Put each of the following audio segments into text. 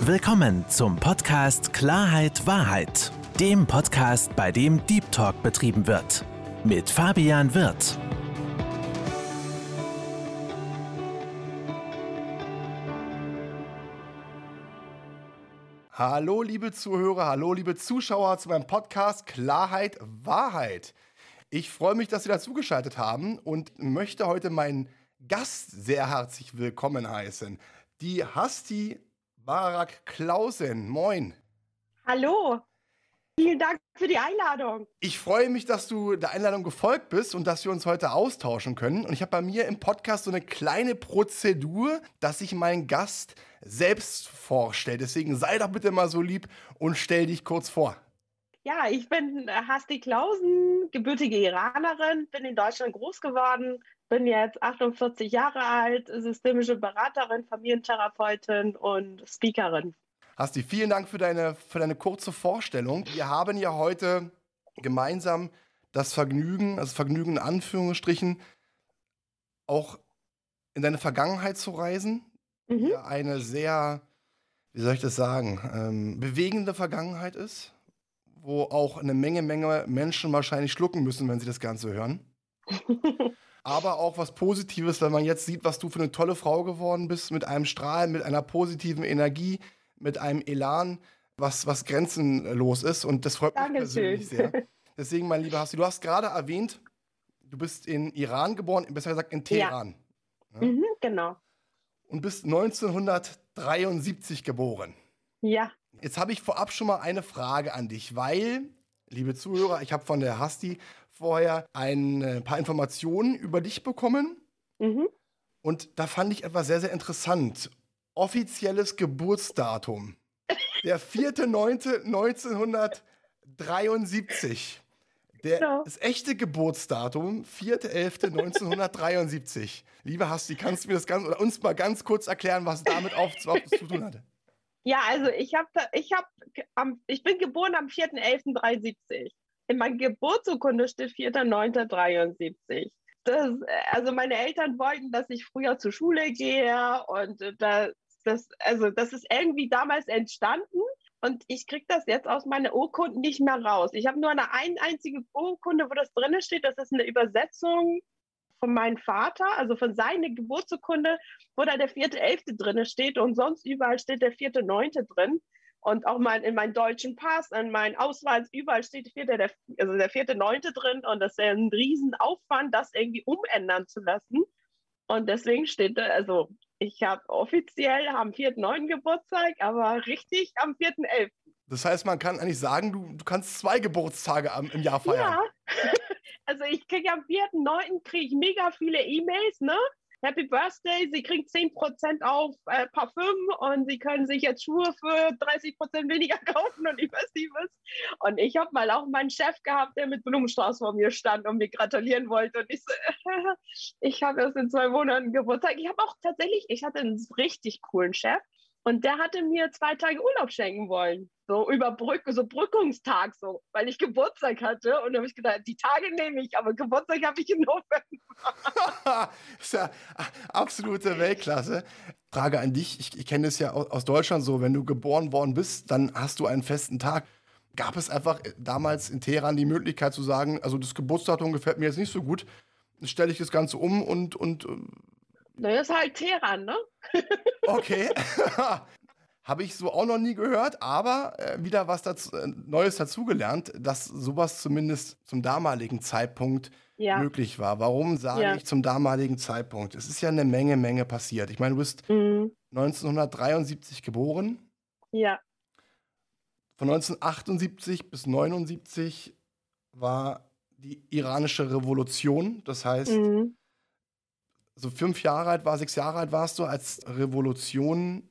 Willkommen zum Podcast Klarheit Wahrheit, dem Podcast, bei dem Deep Talk betrieben wird. Mit Fabian Wirth. Hallo liebe Zuhörer, hallo liebe Zuschauer zu meinem Podcast Klarheit Wahrheit. Ich freue mich, dass Sie dazugeschaltet haben und möchte heute meinen Gast sehr herzlich willkommen heißen. Die Hasti Barak-Clausen. Moin. Hallo, vielen Dank für die Einladung. Ich freue mich, dass du der Einladung gefolgt bist und dass wir uns heute austauschen können. Und ich habe bei mir im Podcast so eine kleine Prozedur, dass sich mein Gast selbst vorstellt. Deswegen sei doch bitte mal so lieb und stell dich kurz vor. Ja, ich bin Hasti Clausen, gebürtige Iranerin, bin in Deutschland groß geworden, bin jetzt 48 Jahre alt, systemische Beraterin, Familientherapeutin und Speakerin. Hasti, vielen Dank für deine kurze Vorstellung. Wir haben ja heute gemeinsam das Vergnügen, also Vergnügen in Anführungsstrichen, auch in deine Vergangenheit zu reisen. Die ja eine sehr, wie soll ich das sagen, bewegende Vergangenheit ist, wo auch eine Menge Menschen wahrscheinlich schlucken müssen, wenn sie das Ganze hören. Aber auch was Positives, wenn man jetzt sieht, was du für eine tolle Frau geworden bist, mit einem Strahlen, mit einer positiven Energie, mit einem Elan, was grenzenlos ist. Und das freut mich persönlich sehr. Deswegen, mein lieber Hasti, du hast gerade erwähnt, du bist in Iran geboren, besser gesagt in Teheran. Ja. Genau. Und bist 1973 geboren. Ja. Jetzt habe ich vorab schon mal eine Frage an dich, weil, liebe Zuhörer, ich habe von der Hasti vorher ein paar Informationen über dich bekommen. Und da fand ich etwas sehr, sehr interessant. Offizielles Geburtsdatum. Der 4.9.1973. Das echte Geburtsdatum, 4.11.1973. Liebe Hasti, kannst du mir das uns mal ganz kurz erklären, was damit zu tun hatte? Ja, also ich bin geboren am 4.11.73. In meiner Geburtsurkunde steht 4.9.73. Also meine Eltern wollten, dass ich früher zur Schule gehe und das ist irgendwie damals entstanden und ich kriege das jetzt aus meiner Urkunde nicht mehr raus. Ich habe nur eine einzige Urkunde, wo das drin steht. Das ist eine Übersetzung von meinem Vater, also von seiner Geburtsurkunde, wo da der 4.11. drin steht und sonst überall steht der 4.9. drin. Und auch in meinem deutschen Pass, in meinem Ausweis, überall steht der 4.9. drin. Und das ist ja ein Riesenaufwand, das irgendwie umändern zu lassen. Und deswegen steht da, also ich habe offiziell am 4.9. Geburtstag, aber richtig am 4.11. Das heißt, man kann eigentlich sagen, du kannst 2 Geburtstage im Jahr feiern. Ja, also ich kriege am 4.9. mega viele E-Mails, ne? Happy Birthday, Sie kriegen 10% auf Parfüm und Sie können sich jetzt Schuhe für 30% weniger kaufen und ich weiß nicht was. Und ich habe mal auch meinen Chef gehabt, der mit Blumenstrauß vor mir stand und mir gratulieren wollte. Und ich so, ich habe erst in 2 Monaten Geburtstag. Ich hatte einen richtig coolen Chef und der hatte mir 2 Tage Urlaub schenken wollen. So Brückungstag, so, weil ich Geburtstag hatte. Und da habe ich gedacht, die Tage nehme ich, aber Geburtstag habe ich in November. Das ist ja absolute Weltklasse. Frage an dich, ich kenne es ja aus Deutschland so, wenn du geboren worden bist, dann hast du einen festen Tag. Gab es einfach damals in Teheran die Möglichkeit zu sagen, also das Geburtsdatum gefällt mir jetzt nicht so gut, jetzt stelle ich das Ganze um und Na, das ist halt Teheran, ne? Okay. Habe ich so auch noch nie gehört, aber wieder was Neues dazugelernt, dass sowas zumindest zum damaligen Zeitpunkt möglich war. Warum sage ich zum damaligen Zeitpunkt? Es ist ja eine Menge passiert. Ich meine, du bist 1973 geboren. Ja. Von 1978 bis 1979 war die iranische Revolution. Das heißt, so 6 Jahre alt warst du, als Revolution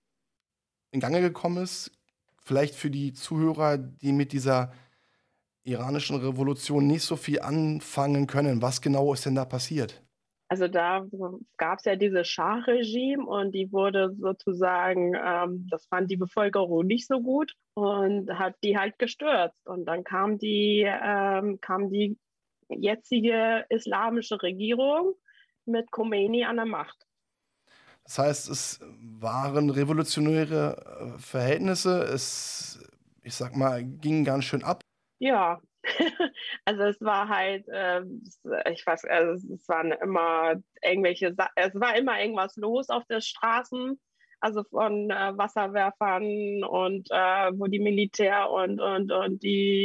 in Gange gekommen ist. Vielleicht für die Zuhörer, die mit dieser iranischen Revolution nicht so viel anfangen können. Was genau ist denn da passiert? Also da gab es ja dieses Schah-Regime und die wurde sozusagen, das fand die Bevölkerung nicht so gut und hat die halt gestürzt. Und dann kam die jetzige islamische Regierung mit Khomeini an der Macht. Das heißt, es waren revolutionäre Verhältnisse. Ich sag mal, ging ganz schön ab. Ja, also es war halt, ich weiß, also es waren immer es war immer irgendwas los auf den Straßen, also von Wasserwerfern und wo die Militär und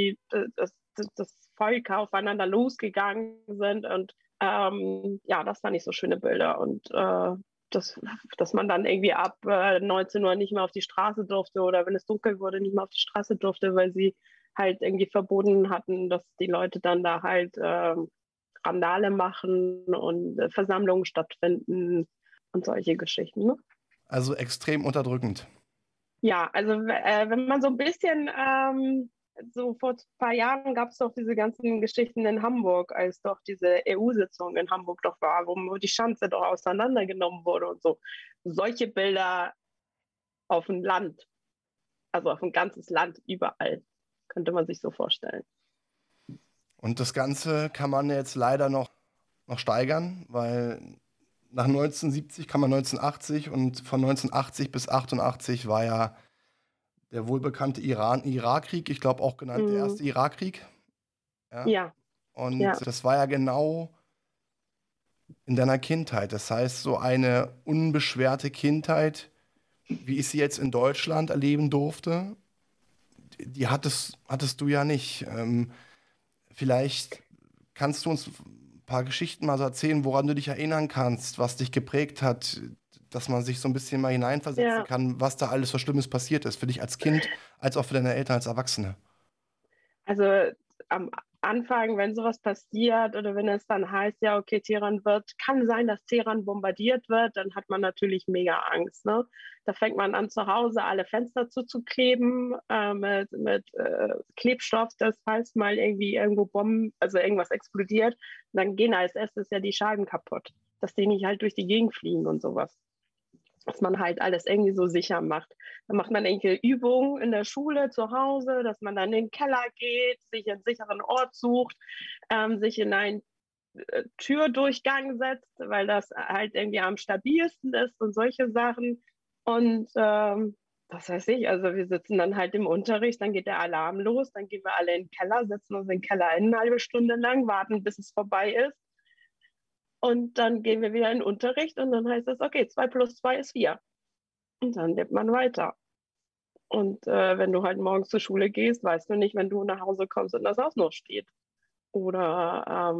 das Volk aufeinander losgegangen sind und ja, das waren nicht so schöne Bilder und das, dass man dann irgendwie ab 19 Uhr nicht mehr auf die Straße durfte oder wenn es dunkel wurde, nicht mehr auf die Straße durfte, weil sie halt irgendwie verboten hatten, dass die Leute dann da halt Randale machen und Versammlungen stattfinden und solche Geschichten. Ne? Also extrem unterdrückend. Ja, also wenn man so ein bisschen, so vor ein paar Jahren gab es doch diese ganzen Geschichten in Hamburg, als doch diese EU-Sitzung in Hamburg doch war, wo die Schanze doch auseinandergenommen wurde und so. Solche Bilder auf dem Land, also auf ein ganzes Land, überall, könnte man sich so vorstellen. Und das Ganze kann man jetzt leider noch steigern, weil nach 1970 kam man 1980 und von 1980 bis 88 war ja der wohlbekannte Iran-Irak-Krieg, ich glaube auch genannt der Mhm. erste Irakkrieg. Ja. Ja, ja, Und das war ja genau in deiner Kindheit. Das heißt, so eine unbeschwerte Kindheit, wie ich sie jetzt in Deutschland erleben durfte, die hattest du ja nicht. Vielleicht kannst du uns ein paar Geschichten mal so erzählen, woran du dich erinnern kannst, was dich geprägt hat, dass man sich so ein bisschen mal hineinversetzen ja. kann, was da alles so Schlimmes passiert ist, für dich als Kind, als auch für deine Eltern als Erwachsene. Also am Anfang, wenn sowas passiert oder wenn es dann heißt, ja, okay, Teheran kann sein, dass Teheran bombardiert wird, dann hat man natürlich mega Angst. Ne? Da fängt man an, zu Hause alle Fenster zuzukleben mit Klebstoff, das falls mal irgendwie irgendwo Bomben, also irgendwas explodiert, dann gehen als erstes ja die Scheiben kaputt, dass die nicht halt durch die Gegend fliegen und sowas. Dass man halt alles irgendwie so sicher macht. Dann macht man irgendwelche Übungen in der Schule, zu Hause, dass man dann in den Keller geht, sich einen sicheren Ort sucht, sich in einen Türdurchgang setzt, weil das halt irgendwie am stabilsten ist und solche Sachen. Und was weiß ich, also wir sitzen dann halt im Unterricht, dann geht der Alarm los, dann gehen wir alle in den Keller, setzen uns in den Keller eine halbe Stunde lang, warten, bis es vorbei ist. Und dann gehen wir wieder in den Unterricht und dann heißt es, okay, 2 plus 2 ist 4. Und dann lebt man weiter. Und wenn du halt morgens zur Schule gehst, weißt du nicht, wenn du nach Hause kommst und das Haus noch steht. Oder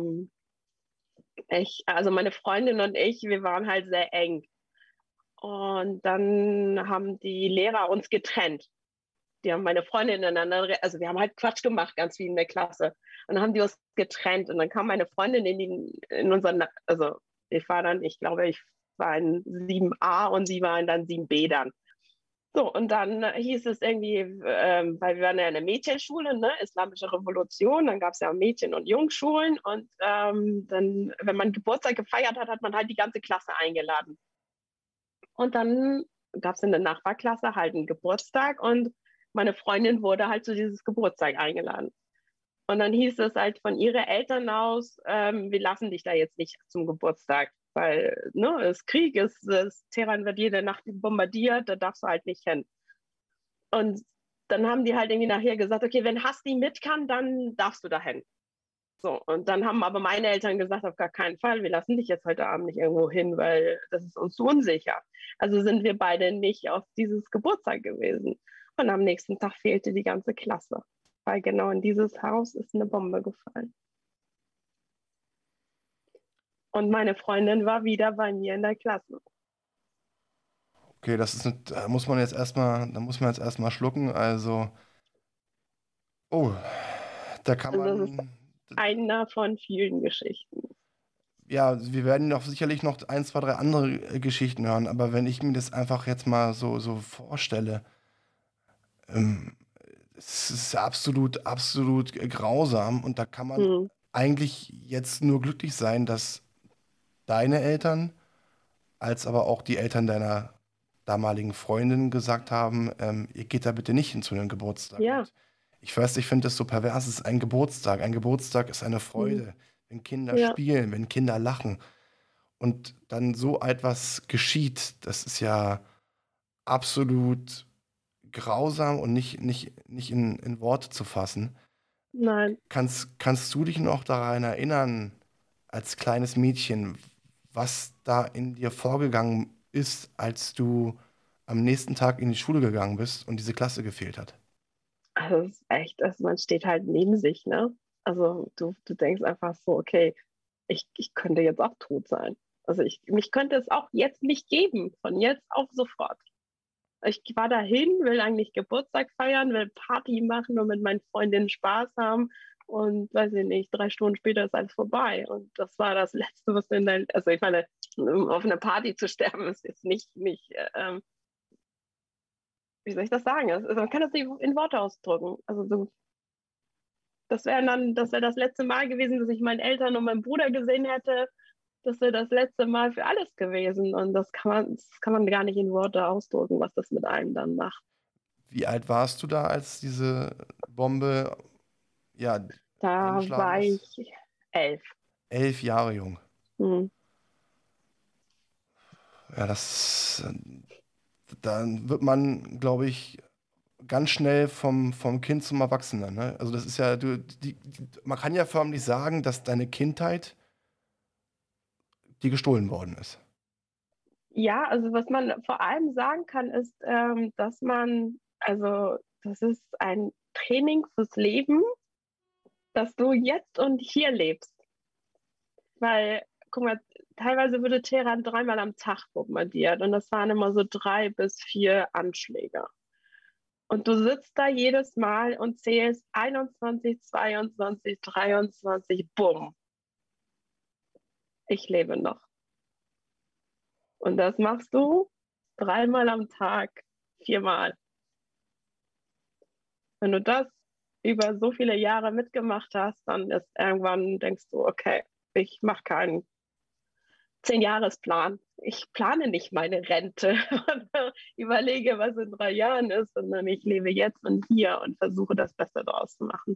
also meine Freundin und ich, wir waren halt sehr eng. Und dann haben die Lehrer uns getrennt. Die haben meine Freundin ineinander, also wir haben halt Quatsch gemacht, ganz viel in der Klasse. Und dann haben die uns getrennt. Und dann kam meine Freundin in unseren, also ich glaube, ich war in 7a und sie war in dann 7b dann. So, und dann hieß es irgendwie, weil wir waren ja in der Mädchenschule, ne, Islamische Revolution, dann gab es ja Mädchen- und Jungschulen und dann, wenn man Geburtstag gefeiert hat, hat man halt die ganze Klasse eingeladen. Und dann gab es in der Nachbarklasse halt einen Geburtstag und meine Freundin wurde halt zu dieses Geburtstag eingeladen. Und dann hieß es halt von ihren Eltern aus, wir lassen dich da jetzt nicht zum Geburtstag, weil ne, es ist Krieg, Teheran wird jede Nacht bombardiert, da darfst du halt nicht hin. Und dann haben die halt irgendwie nachher gesagt, okay, wenn Hasti mit kann, dann darfst du da hin. So, und dann haben aber meine Eltern gesagt, auf gar keinen Fall, wir lassen dich jetzt heute Abend nicht irgendwo hin, weil das ist uns zu unsicher. Also sind wir beide nicht auf dieses Geburtstag gewesen. Und am nächsten Tag fehlte die ganze Klasse, weil genau in dieses Haus ist eine Bombe gefallen. Und meine Freundin war wieder bei mir in der Klasse. Okay, da muss man jetzt erstmal schlucken. Also, oh, da kann Also das ist man, einer von vielen Geschichten. ja, wir werden noch sicherlich noch ein, zwei, drei andere Geschichten hören, aber wenn ich mir das einfach jetzt mal so vorstelle, ähm, es ist absolut grausam und da kann man Hm. eigentlich jetzt nur glücklich sein, dass deine Eltern, als aber auch die Eltern deiner damaligen Freundin gesagt haben, ihr geht da bitte nicht hin zu einem Geburtstag. Ja. Und ich weiß, ich finde das so pervers, es ist ein Geburtstag. Ein Geburtstag ist eine Hm. Freude, wenn Kinder Ja. spielen, wenn Kinder lachen. und dann so etwas geschieht, das ist ja absolut grausam und nicht in Worte zu fassen. Nein. Kannst du dich noch daran erinnern, als kleines Mädchen, was da in dir vorgegangen ist, als du am nächsten Tag in die Schule gegangen bist und diese Klasse gefehlt hat? Also es ist echt, also man steht halt neben sich, ne? Also du denkst einfach so, okay, ich könnte jetzt auch tot sein. Also mich könnte es auch jetzt nicht geben, von jetzt auf sofort. Ich war dahin, will eigentlich Geburtstag feiern, will Party machen und mit meinen Freundinnen Spaß haben. Und weiß ich nicht, 3 Stunden später ist alles vorbei. Und das war das Letzte, was du in dein, also ich meine, um auf einer Party zu sterben, ist jetzt nicht, wie soll ich das sagen? Man kann das nicht in Worte ausdrücken. Also das wäre das letzte Mal gewesen, dass ich meinen Eltern und meinen Bruder gesehen hätte. Das wäre das letzte Mal für alles gewesen. Und das kann man gar nicht in Worte ausdrücken, was das mit einem dann macht. Wie alt warst du da, als diese Bombe ja Da eingeschlagen war ist? ich 11. 11 Jahre jung. Hm. Ja, dann wird man, glaube ich, ganz schnell vom Kind zum Erwachsenen. Ne? Also das ist ja, man kann ja förmlich sagen, dass deine Kindheit dir gestohlen worden ist. Ja, also was man vor allem sagen kann, ist, dass also das ist ein Training fürs Leben, dass du jetzt und hier lebst. Weil, guck mal, teilweise wurde Teheran 3-mal am Tag bombardiert und das waren immer so 3 bis 4 Anschläge. Und du sitzt da jedes Mal und zählst 21, 22, 23, bumm, ich lebe noch. Und das machst du 3-mal am Tag, 4-mal. Wenn du das über so viele Jahre mitgemacht hast, dann ist irgendwann, denkst du, okay, ich mache keinen 10-Jahres-Plan. Ich plane nicht meine Rente oder überlege, was in 3 Jahren ist, sondern ich lebe jetzt und hier und versuche das Beste daraus zu machen.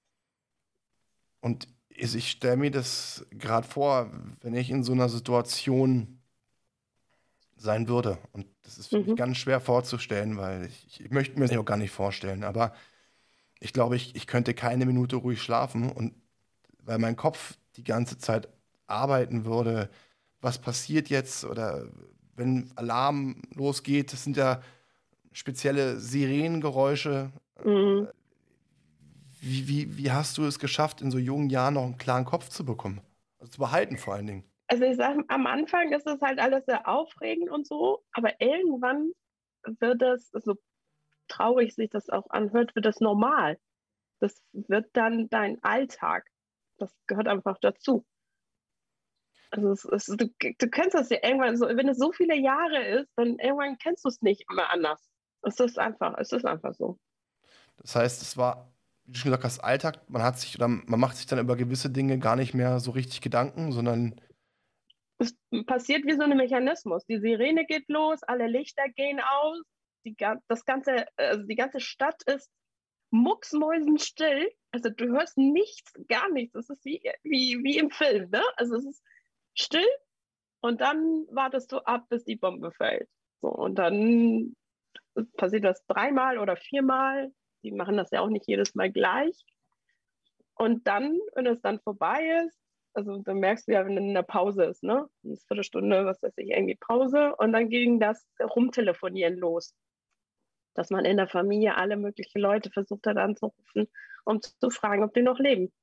Und ich stelle mir das gerade vor, wenn ich in so einer Situation sein würde. Und das ist für mich Mhm. ganz schwer vorzustellen, weil ich möchte mir das auch gar nicht vorstellen. Aber ich glaube, ich könnte keine Minute ruhig schlafen und weil mein Kopf die ganze Zeit arbeiten würde, was passiert jetzt oder wenn Alarm losgeht, das sind ja spezielle Sirenengeräusche. Mhm. Wie hast du es geschafft, in so jungen Jahren noch einen klaren Kopf zu bekommen? Also zu behalten vor allen Dingen. Also ich sage, am Anfang ist es halt alles sehr aufregend und so, aber irgendwann wird es, so traurig sich das auch anhört, wird es normal. Das wird dann dein Alltag. Das gehört einfach dazu. Also du kennst das ja irgendwann, so, wenn es so viele Jahre ist, dann irgendwann kennst du es nicht mehr anders. Es ist einfach so. Das heißt, es war, wie du schon gesagt hast, Alltag. Man hat sich oder man macht sich dann über gewisse Dinge gar nicht mehr so richtig Gedanken, sondern Es passiert wie so ein Mechanismus. Die Sirene geht los, alle Lichter gehen aus, die ganze Stadt ist mucksmäusenstill. Also du hörst nichts, gar nichts. Es ist wie im Film, ne? Also es ist still und dann wartest du ab, bis die Bombe fällt. So, und dann passiert das 3-mal oder 4-mal. Die machen das ja auch nicht jedes Mal gleich. Und dann, wenn es dann vorbei ist, also dann merkst du ja, wenn in der Pause ist, ne? Eine Viertelstunde, was weiß ich, irgendwie Pause. Und dann ging das Rumtelefonieren los, dass man in der Familie alle möglichen Leute versucht hat anzurufen, um zu fragen, ob die noch leben.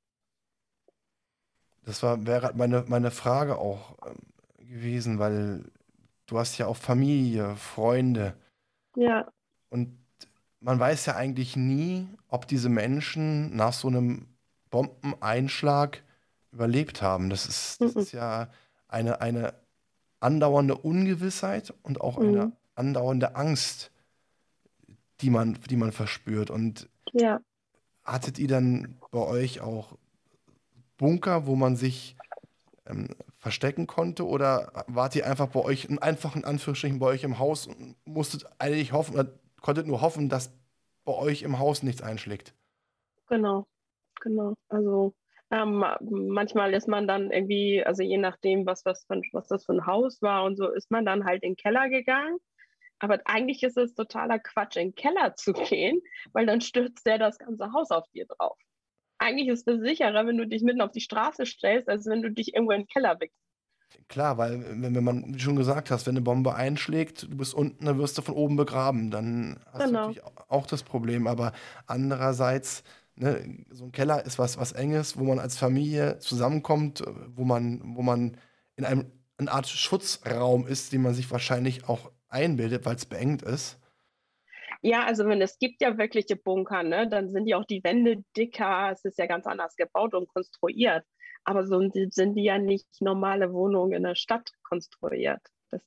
wäre gerade meine Frage auch gewesen, weil du hast ja auch Familie, Freunde Ja, und man weiß ja eigentlich nie, ob diese Menschen nach so einem Bombeneinschlag überlebt haben. Das mhm. ist ja eine andauernde Ungewissheit und auch eine Mhm. andauernde Angst, die man verspürt. Und Ja, hattet ihr dann bei euch auch Bunker, wo man sich verstecken konnte? Oder wart ihr einfach bei euch, einfach in Anführungsstrichen bei euch im Haus und musstet eigentlich hoffen, oder konntet nur hoffen, dass bei euch im Haus nichts einschlägt? genau, genau. Also Manchmal ist man dann irgendwie, also je nachdem, was das für ein Haus war und so, ist man dann halt in den Keller gegangen. Aber eigentlich ist es totaler Quatsch, in den Keller zu gehen, weil dann stürzt der das ganze Haus auf dir drauf. Eigentlich ist es sicherer, wenn du dich mitten auf die Straße stellst, als wenn du dich irgendwo in den Keller begibst. Klar, weil wenn man, wie schon gesagt hast, wenn eine Bombe einschlägt, du bist unten, dann wirst du von oben begraben. Dann hast du Genau. natürlich auch das Problem. Aber andererseits, ne, so ein Keller ist was Enges, wo man als Familie zusammenkommt, wo man in einem eine Art Schutzraum ist, den man sich wahrscheinlich auch einbildet, weil es beengt ist. Ja, also wenn es gibt ja wirkliche Bunker, ne, dann sind ja auch die Wände dicker, es ist ja ganz anders gebaut und konstruiert. Aber so sind die ja nicht normale Wohnungen in der Stadt konstruiert,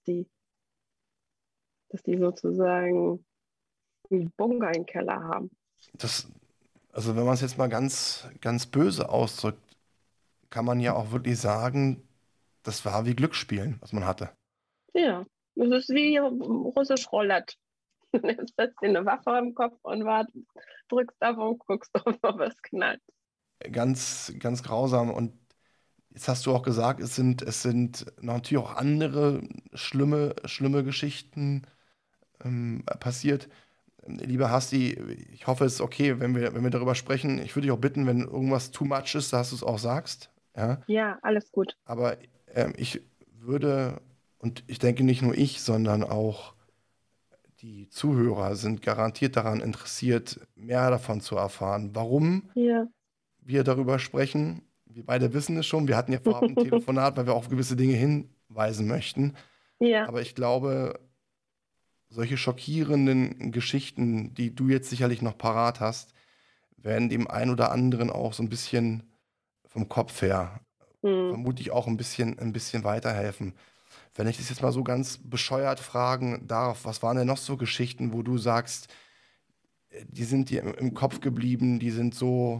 dass die sozusagen einen Bunker im Keller haben. Das, also wenn man es jetzt mal ganz, ganz böse ausdrückt, kann man ja auch wirklich sagen, das war wie Glücksspielen, was man hatte. Ja, das ist wie russisch Roulette. Jetzt setzt dir eine Waffe im Kopf und drückst auf und guckst, ob es knallt. Ganz, ganz grausam. Und jetzt hast du auch gesagt, es sind natürlich auch andere schlimme Geschichten passiert. Lieber Hasti, ich hoffe, es ist okay, wenn wir darüber sprechen. Ich würde dich auch bitten, wenn irgendwas too much ist, dass du es auch sagst. Ja? Ja, alles gut. Aber ich würde, und ich denke nicht nur ich, sondern auch die Zuhörer sind garantiert daran interessiert, mehr davon zu erfahren. Warum Ja. wir darüber sprechen? Wir beide wissen es schon. Wir hatten ja vorab ein Telefonat, weil wir auf gewisse Dinge hinweisen möchten. Ja, Aber ich glaube, solche schockierenden Geschichten, die du jetzt sicherlich noch parat hast, werden dem einen oder anderen auch so ein bisschen vom Kopf her hm. vermutlich auch ein bisschen weiterhelfen. Wenn ich das jetzt mal so ganz bescheuert fragen darf, was waren denn noch so Geschichten, wo du sagst, die sind dir im Kopf geblieben, die sind so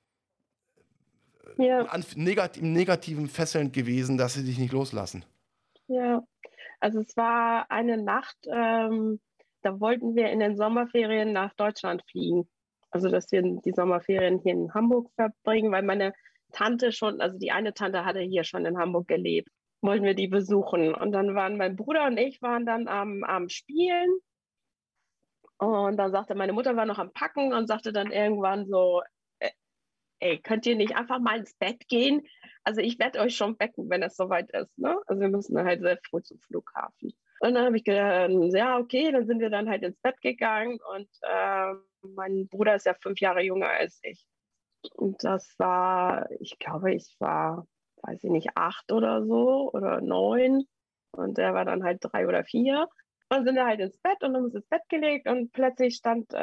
Ja, im Negativen fesselnd gewesen, dass sie dich nicht loslassen? ja. Also es war eine Nacht, da wollten wir in den Sommerferien nach Deutschland fliegen. Also dass wir die Sommerferien hier in Hamburg verbringen, weil meine Tante schon, also die eine Tante hatte hier schon in Hamburg gelebt, wollten wir die besuchen. Und dann waren mein Bruder und ich waren dann am Spielen. Und dann sagte meine Mutter war noch am Packen und sagte dann irgendwann so, ey, könnt ihr nicht einfach mal ins Bett gehen? Also ich werde euch schon wecken, wenn es soweit ist, ne? Also wir müssen dann halt sehr früh zum Flughafen. Und dann habe ich gedacht, ja, okay, dann sind wir dann halt ins Bett gegangen und mein Bruder ist ja 5 Jahre jünger als ich. Und das war, ich glaube, ich war, weiß ich nicht, 8 oder so oder 9 und der war dann halt 3 oder 4. Und dann sind wir halt ins Bett und haben uns ins Bett gelegt und plötzlich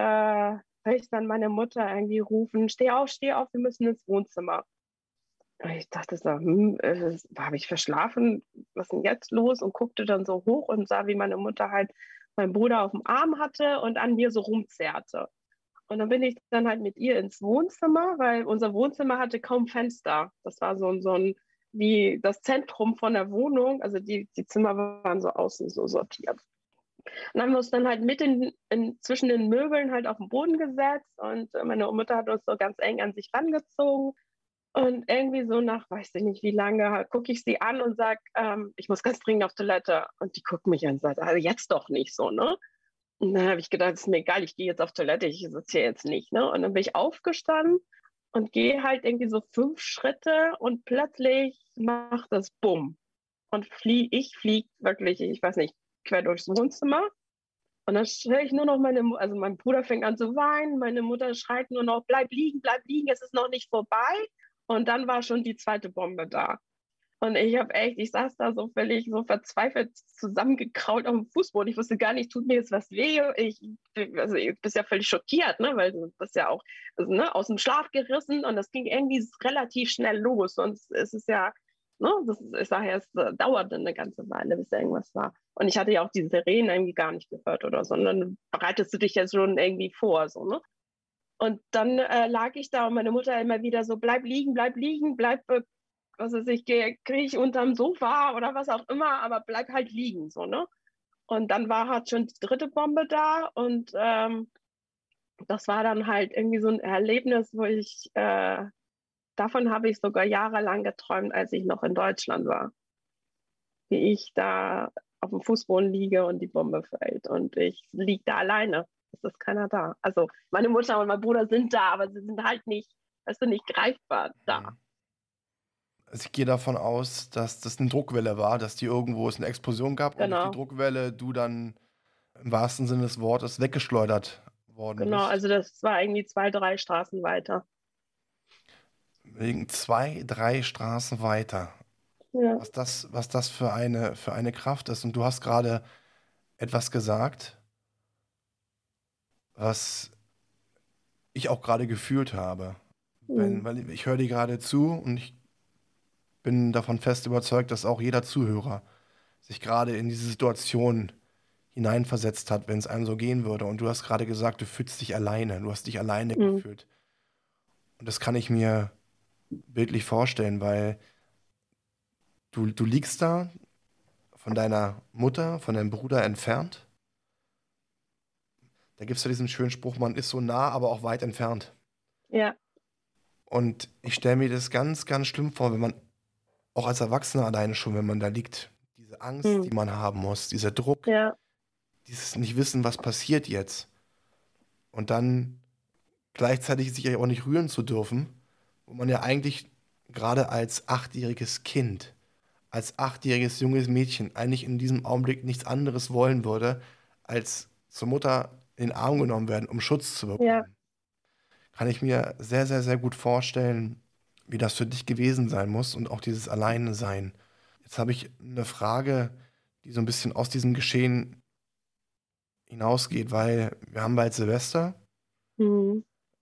höre ich dann meine Mutter irgendwie rufen, steh auf, wir müssen ins Wohnzimmer. Und ich dachte so, habe ich verschlafen? Was ist denn jetzt los? Und guckte dann so hoch und sah, wie meine Mutter halt meinen Bruder auf dem Arm hatte und an mir so rumzerrte. Und dann bin ich dann halt mit ihr ins Wohnzimmer, weil unser Wohnzimmer hatte kaum Fenster. Das war so ein wie das Zentrum von der Wohnung. Also die Zimmer waren so außen so sortiert. Und haben wir uns dann halt zwischen den Möbeln halt auf den Boden gesetzt und meine Mutter hat uns so ganz eng an sich rangezogen. Und irgendwie so nach, weiß ich nicht wie lange, gucke ich sie an und sage, ich muss ganz dringend auf Toilette. Und die guckt mich an und sagt, also jetzt doch nicht so, ne? Und dann habe ich gedacht, es ist mir egal, ich gehe jetzt auf Toilette, ich sitze hier jetzt nicht, ne? Und dann bin ich aufgestanden und gehe halt irgendwie so 5 Schritte und plötzlich macht das Bumm. Und ich fliege wirklich, ich weiß nicht, quer durchs Wohnzimmer. Und dann höre ich nur noch also mein Bruder fängt an zu weinen, meine Mutter schreit nur noch, bleib liegen, es ist noch nicht vorbei. Und dann war schon die zweite Bombe da. Und ich saß da so völlig so verzweifelt zusammengekraut auf dem Fußboden. Ich wusste gar nicht, tut mir jetzt was weh? Also ich bin ja völlig schockiert, ne? Weil du bist ja auch also, ne, aus dem Schlaf gerissen und das ging irgendwie relativ schnell los. Sonst ist es ja, ne, ich sage ja, es dauerte eine ganze Weile, bis da irgendwas war. Und ich hatte ja auch die Sirenen irgendwie gar nicht gehört oder so, sondern bereitest du dich ja schon irgendwie vor, so, ne? Und dann lag ich da und meine Mutter immer wieder so, bleib liegen, was weiß ich, kriege ich unterm Sofa oder was auch immer, aber bleib halt liegen, so, ne? Und dann war halt schon die dritte Bombe da und das war dann halt irgendwie so ein Erlebnis, wo ich Davon habe ich sogar jahrelang geträumt, als ich noch in Deutschland war. Wie ich da auf dem Fußboden liege und die Bombe fällt. Und ich liege da alleine. Es ist keiner da. Also meine Mutter und mein Bruder sind da, aber sie sind halt nicht, weißt du, nicht greifbar da. Also ich gehe davon aus, dass das eine Druckwelle war, dass es eine Explosion gab und durch die Genau, Druckwelle du dann im wahrsten Sinne des Wortes weggeschleudert worden genau. bist. Also das war irgendwie 2, 3 Straßen weiter. Wegen 2, 3 Straßen weiter. Ja. Was das für eine Kraft ist. Und du hast gerade etwas gesagt, was ich auch gerade gefühlt habe. Mhm. Weil ich höre dir gerade zu und ich bin davon fest überzeugt, dass auch jeder Zuhörer sich gerade in diese Situation hineinversetzt hat, wenn es einem so gehen würde. Und du hast gerade gesagt, du fühlst dich alleine, du hast dich alleine Mhm. gefühlt. Und das kann ich mir bildlich vorstellen, weil du liegst da von deiner Mutter, von deinem Bruder entfernt. Da gibt es ja diesen schönen Spruch, man ist so nah, aber auch weit entfernt. Ja. Und ich stelle mir das ganz, ganz schlimm vor, wenn man auch als Erwachsener alleine schon, wenn man da liegt, diese Angst, Mhm. die man haben muss, dieser Druck, Ja. dieses Nicht-Wissen, was passiert jetzt. Und dann gleichzeitig sich ja auch nicht rühren zu dürfen, wo man ja eigentlich gerade als 8-jähriges Kind, als 8-jähriges junges Mädchen eigentlich in diesem Augenblick nichts anderes wollen würde, als zur Mutter in den Arm genommen werden, um Schutz zu Ja. bekommen. Kann ich mir sehr, sehr, sehr gut vorstellen, wie das für dich gewesen sein muss und auch dieses Alleine sein. Jetzt habe ich eine Frage, die so ein bisschen aus diesem Geschehen hinausgeht, weil wir haben bald Silvester. Mhm.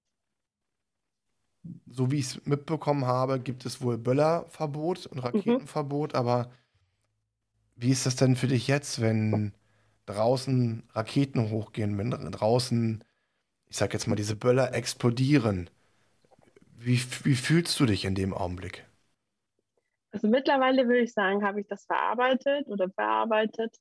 So wie ich es mitbekommen habe, gibt es wohl Böllerverbot und Mhm. Raketenverbot, aber wie ist das denn für dich jetzt, wenn draußen Raketen hochgehen, wenn draußen, ich sag jetzt mal, diese Böller explodieren? Wie fühlst du dich in dem Augenblick? Also mittlerweile würde ich sagen, habe ich das verarbeitet oder bearbeitet.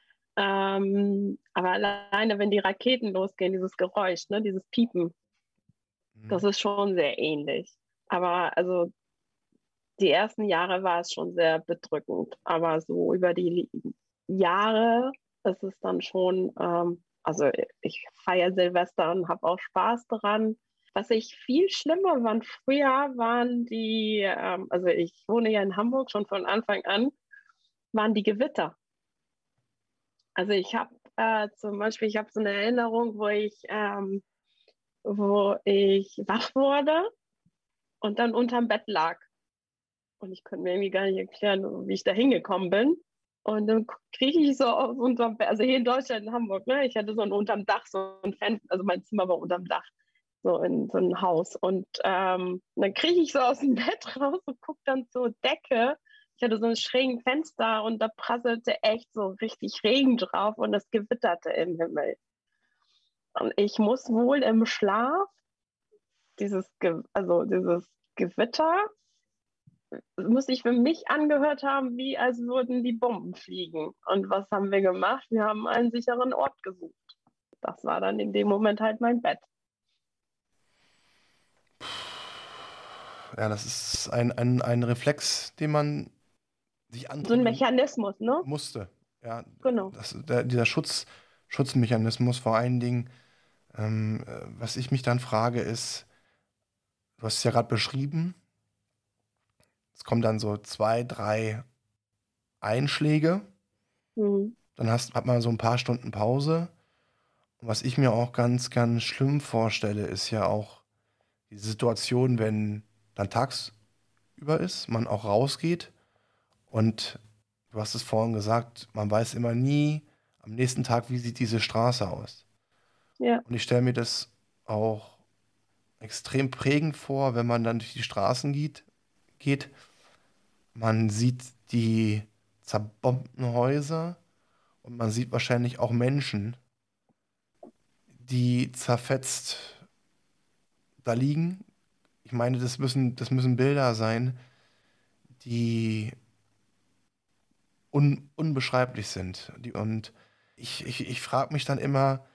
Aber alleine, wenn die Raketen losgehen, dieses Geräusch, ne, dieses Piepen, das Mhm. ist schon sehr ähnlich. Aber also die ersten Jahre war es schon sehr bedrückend. Aber so über die Jahre ist es dann schon, also ich feiere Silvester und habe auch Spaß daran. Was ich viel schlimmer fand früher, waren die, also ich wohne ja in Hamburg schon von Anfang an, waren die Gewitter. Also ich habe zum Beispiel, ich habe so eine Erinnerung, wo ich wach wurde und dann unterm Bett lag. Und ich konnte mir irgendwie gar nicht erklären, wie ich da hingekommen bin. Und dann kriege ich so aus unterm Bett, also hier in Deutschland, in Hamburg, ne? Ich hatte so ein unterm Dach, so ein Fenster, also mein Zimmer war unterm Dach, so in so ein Haus. Und dann kriege ich so aus dem Bett raus und gucke dann zur Decke. Ich hatte so einen schrägen Fenster und da prasselte echt so richtig Regen drauf und es gewitterte im Himmel. Und ich muss wohl im Schlaf dieses Gewitter muss sich für mich angehört haben, wie als würden die Bomben fliegen. Und was haben wir gemacht? Wir haben einen sicheren Ort gesucht. Das war dann in dem Moment halt mein Bett. Ja, das ist ein Reflex, den man sich So ein antrainieren Mechanismus, ne? musste. Ja, Genau. dieser Schutzmechanismus vor allen Dingen. Was ich mich dann frage, ist, du hast es ja gerade beschrieben, es kommen dann so 2, 3 Einschläge, Mhm. dann hat man so ein paar Stunden Pause. Und was ich mir auch ganz, ganz schlimm vorstelle, ist ja auch die Situation, wenn dann tagsüber ist, man auch rausgeht und du hast es vorhin gesagt, man weiß immer nie am nächsten Tag, wie sieht diese Straße aus. Ja. Und ich stelle mir das auch extrem prägend vor, wenn man dann durch die Straßen geht. Man sieht die zerbombten Häuser und man sieht wahrscheinlich auch Menschen, die zerfetzt da liegen. Ich meine, das müssen Bilder sein, die unbeschreiblich sind. Und ich frage mich dann immer,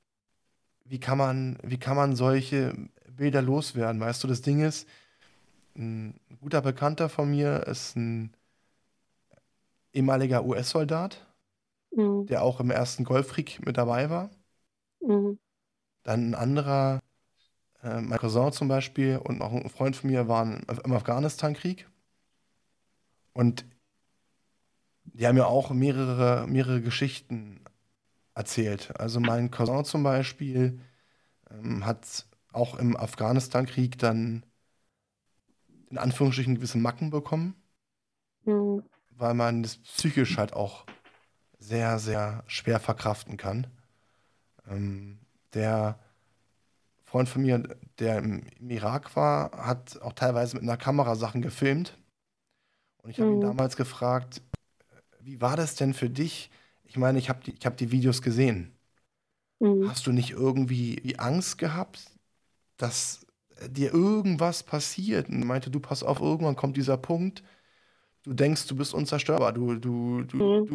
wie kann man solche Bilder loswerden? Weißt du, das Ding ist, ein guter Bekannter von mir ist ein ehemaliger US-Soldat, Mhm. der auch im ersten Golfkrieg mit dabei war. Mhm. Dann ein anderer, mein Cousin zum Beispiel und auch ein Freund von mir waren im Afghanistan-Krieg. Und die haben ja auch mehrere Geschichten erzählt. Also mein Cousin zum Beispiel hat auch im Afghanistan-Krieg dann in Anführungsstrichen gewisse Macken bekommen, Mhm. weil man das psychisch halt auch sehr, sehr schwer verkraften kann. Ähm, Der Freund von mir, der im Irak war, hat auch teilweise mit einer Kamera Sachen gefilmt. Und ich habe ihn Mhm. damals gefragt, wie war das denn für dich? Ich meine, ich hab die Videos gesehen. Mhm. Hast du nicht irgendwie wie Angst gehabt, dass dir irgendwas passiert? Und er meinte, du pass auf, irgendwann kommt dieser Punkt, du denkst, du bist unzerstörbar. Mhm.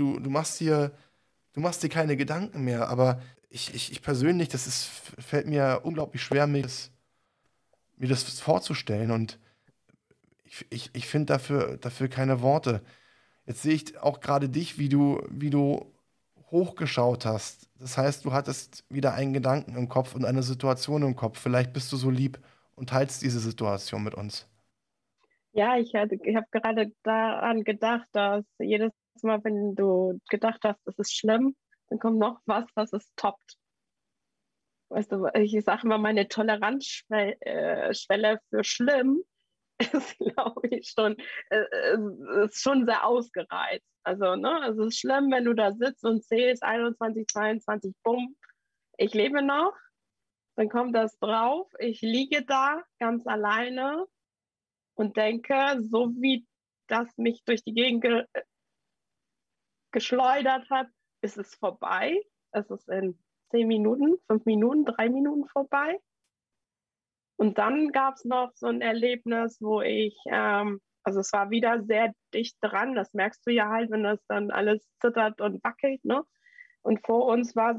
Du machst dir keine Gedanken mehr. Aber ich persönlich, fällt mir unglaublich schwer, mir das vorzustellen. Und ich finde dafür keine Worte. Jetzt sehe ich auch gerade dich, wie du hochgeschaut hast. Das heißt, du hattest wieder einen Gedanken im Kopf und eine Situation im Kopf. Vielleicht bist du so lieb und teilst diese Situation mit uns. Ja, ich habe gerade daran gedacht, dass jedes Mal, wenn du gedacht hast, es ist schlimm, dann kommt noch was, was es toppt. Weißt du, ich sage immer, meine Toleranzschwelle für schlimm ist, glaube ich, ist schon sehr ausgereizt. Also, ne, es ist schlimm, wenn du da sitzt und zählst 21, 22, bumm, ich lebe noch, dann kommt das drauf, ich liege da ganz alleine und denke, so wie das mich durch die Gegend geschleudert hat, ist es vorbei. Es ist in 10 Minuten, 5 Minuten, 3 Minuten vorbei. Und dann gab es noch so ein Erlebnis, also es war wieder sehr dicht dran, das merkst du ja halt, wenn das dann alles zittert und wackelt, ne? Und vor uns war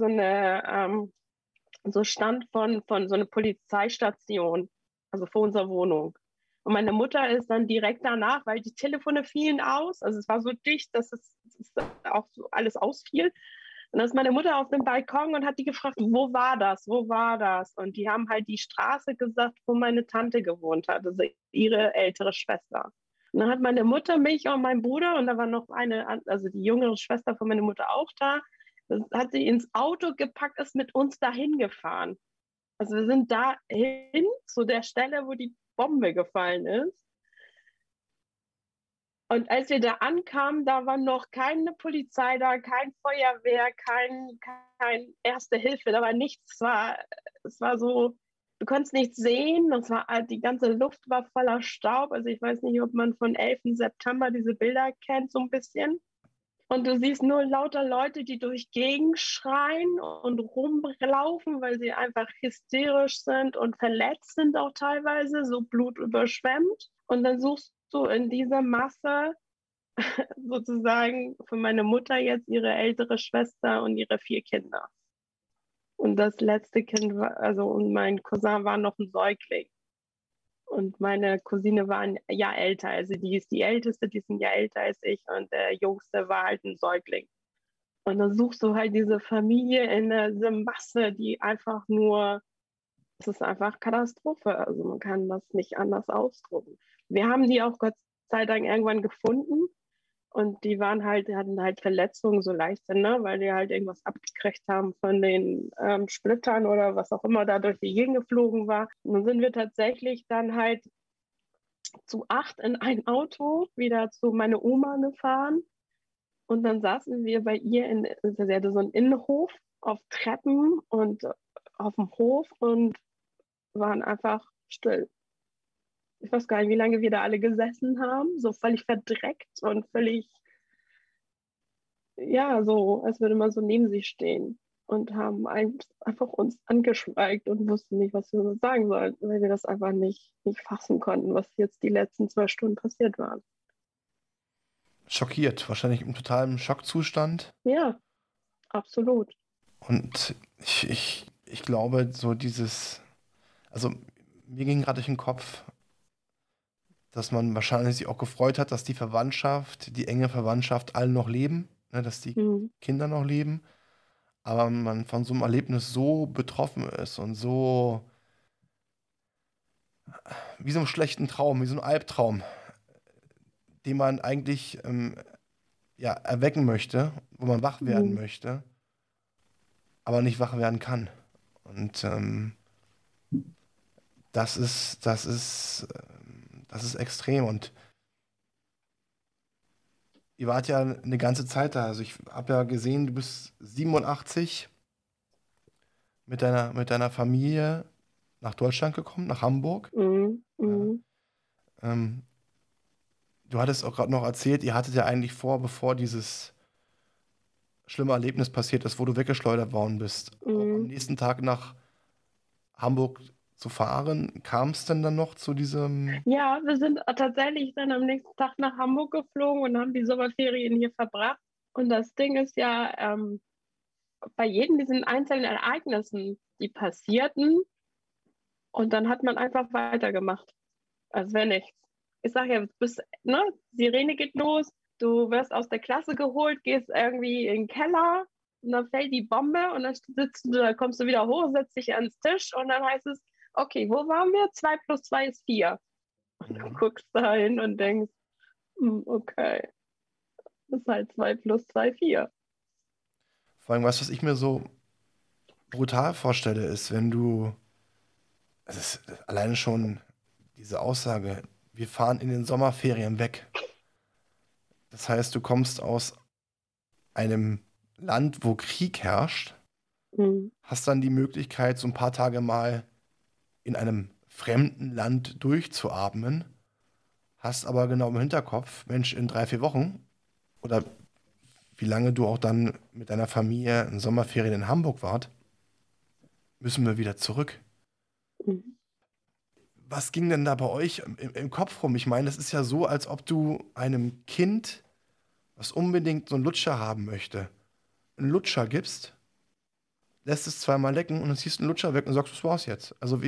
so Stand von so einer Polizeistation, also vor unserer Wohnung. Und meine Mutter ist dann direkt danach, weil die Telefone fielen aus, also es war so dicht, dass es auch so alles ausfiel. Und dann ist meine Mutter auf dem Balkon und hat die gefragt, wo war das, wo war das? Und die haben halt die Straße gesagt, wo meine Tante gewohnt hat, also ihre ältere Schwester. Und dann hat meine Mutter mich und mein Bruder und da war noch also die jüngere Schwester von meiner Mutter auch da, das hat sie ins Auto gepackt, ist mit uns dahin gefahren. Also wir sind dahin zu der Stelle, wo die Bombe gefallen ist. Und als wir da ankamen, da war noch keine Polizei da, kein Feuerwehr, kein Erste Hilfe, da war nichts. Es war so, du konntest nichts sehen, die ganze Luft war voller Staub. Also ich weiß nicht, ob man von 11. September diese Bilder kennt, so ein bisschen. Und du siehst nur lauter Leute, die durch Gegend schreien und rumlaufen, weil sie einfach hysterisch sind und verletzt sind auch teilweise, so blutüberschwemmt. Und dann suchst du in dieser Masse sozusagen für meine Mutter jetzt ihre ältere Schwester und ihre 4 Kinder. Und das letzte Kind und mein Cousin war noch ein Säugling. Und meine Cousine war ein Jahr älter. Also die ist die Älteste, die ist ein Jahr älter als ich. Und der Jüngste war halt ein Säugling. Und dann suchst du halt diese Familie in dieser Masse, die einfach nur, es ist einfach Katastrophe. Also man kann das nicht anders ausdrücken. Wir haben die auch Gott sei Dank irgendwann gefunden. Und die hatten halt Verletzungen, so leichte, ne? Weil die halt irgendwas abgekriegt haben von den Splittern oder was auch immer da durch die Gegend geflogen war. Und dann sind wir tatsächlich dann halt zu 8 in ein Auto wieder zu meiner Oma gefahren. Und dann saßen wir bei ihr sie hatte so einen Innenhof auf Treppen und auf dem Hof und waren einfach still. Ich weiß gar nicht, wie lange wir da alle gesessen haben, so völlig verdreckt und völlig, ja, so, als würde man so neben sie stehen und haben einfach uns angeschweigt und wussten nicht, was wir sagen sollten, weil wir das einfach nicht fassen konnten, was jetzt die letzten 2 Stunden passiert war. Schockiert, wahrscheinlich im totalen Schockzustand. Ja, absolut. Und ich glaube, also mir ging gerade durch den Kopf, dass man wahrscheinlich sich auch gefreut hat, dass die Verwandtschaft, die enge Verwandtschaft alle noch leben, ne, dass die Mhm. Kinder noch leben, aber man von so einem Erlebnis so betroffen ist und so wie so einem schlechten Traum, wie so ein Albtraum, den man eigentlich ja, erwecken möchte, wo man wach werden Mhm. möchte, aber nicht wach werden kann. Und das ist extrem. Und ihr wart ja eine ganze Zeit da. Also ich habe ja gesehen, du bist 87 mit deiner Familie nach Deutschland gekommen, nach Hamburg. Mhm. Ja. Mhm. Ähm, Du hattest auch gerade noch erzählt, ihr hattet ja eigentlich vor, bevor dieses schlimme Erlebnis passiert ist, wo du weggeschleudert worden bist, auch am Mhm. nächsten Tag nach Hamburg zu fahren. Kam es denn dann noch zu diesem... Ja, wir sind tatsächlich dann am nächsten Tag nach Hamburg geflogen und haben die Sommerferien hier verbracht. Und das Ding ist ja, bei jedem diesen einzelnen Ereignissen, die passierten, und dann hat man einfach weitergemacht, als wäre nichts. Ich sage ja, ne, Sirene geht los, du wirst aus der Klasse geholt, gehst irgendwie in den Keller und dann fällt die Bombe und dann da kommst du wieder hoch, setzt dich ans Tisch und dann heißt es, okay, wo waren wir? 2 plus 2 ist 4. Und du Mhm. guckst da hin und denkst, okay, das ist halt 2 plus 2 4. Vor allem, was ich mir so brutal vorstelle, ist, wenn du... Es ist alleine schon diese Aussage, wir fahren in den Sommerferien weg. Das heißt, du kommst aus einem Land, wo Krieg herrscht, Mhm. hast dann die Möglichkeit, so ein paar Tage mal in einem fremden Land durchzuatmen, hast aber genau im Hinterkopf, Mensch, in 3, 4 Wochen oder wie lange du auch dann mit deiner Familie in Sommerferien in Hamburg wart, müssen wir wieder zurück. Mhm. Was ging denn da bei euch im Kopf rum? Ich meine, das ist ja so, als ob du einem Kind, was unbedingt so einen Lutscher haben möchte, einen Lutscher gibst, lässt es zweimal lecken und dann ziehst du einen Lutscher weg und sagst, das war's jetzt. Also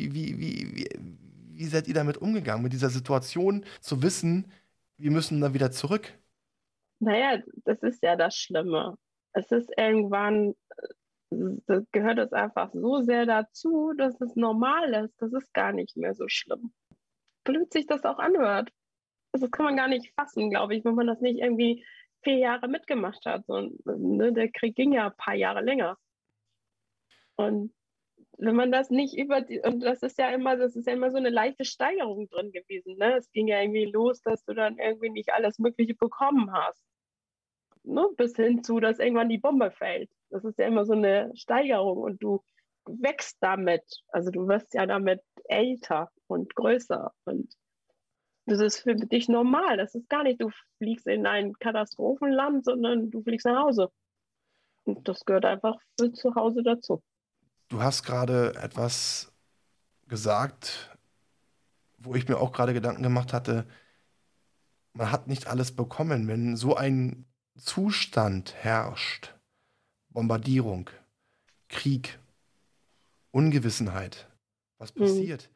wie seid ihr damit umgegangen, mit dieser Situation zu wissen, wir müssen da wieder zurück? Naja, das ist ja das Schlimme. Es ist irgendwann, das gehört es einfach so sehr dazu, dass es normal ist. Das ist gar nicht mehr so schlimm. Blöd sich das auch anhört. Also das kann man gar nicht fassen, glaube ich, wenn man das nicht irgendwie 4 Jahre mitgemacht hat. So, ne, der Krieg ging ja ein paar Jahre länger. Und wenn man das nicht und das ist ja immer so eine leichte Steigerung drin gewesen, ne? Es ging ja irgendwie los, dass du dann irgendwie nicht alles Mögliche bekommen hast, ne? Bis hin zu, dass irgendwann die Bombe fällt. Das ist ja immer so eine Steigerung und du wächst damit. Also du wirst ja damit älter und größer und das ist für dich normal. Das ist gar nicht, du fliegst in ein Katastrophenland, sondern du fliegst nach Hause. Und das gehört einfach für zu Hause dazu. Du hast gerade etwas gesagt, wo ich mir auch gerade Gedanken gemacht hatte, man hat nicht alles bekommen, wenn so ein Zustand herrscht. Bombardierung, Krieg, Ungewissenheit. Was Mhm. passiert?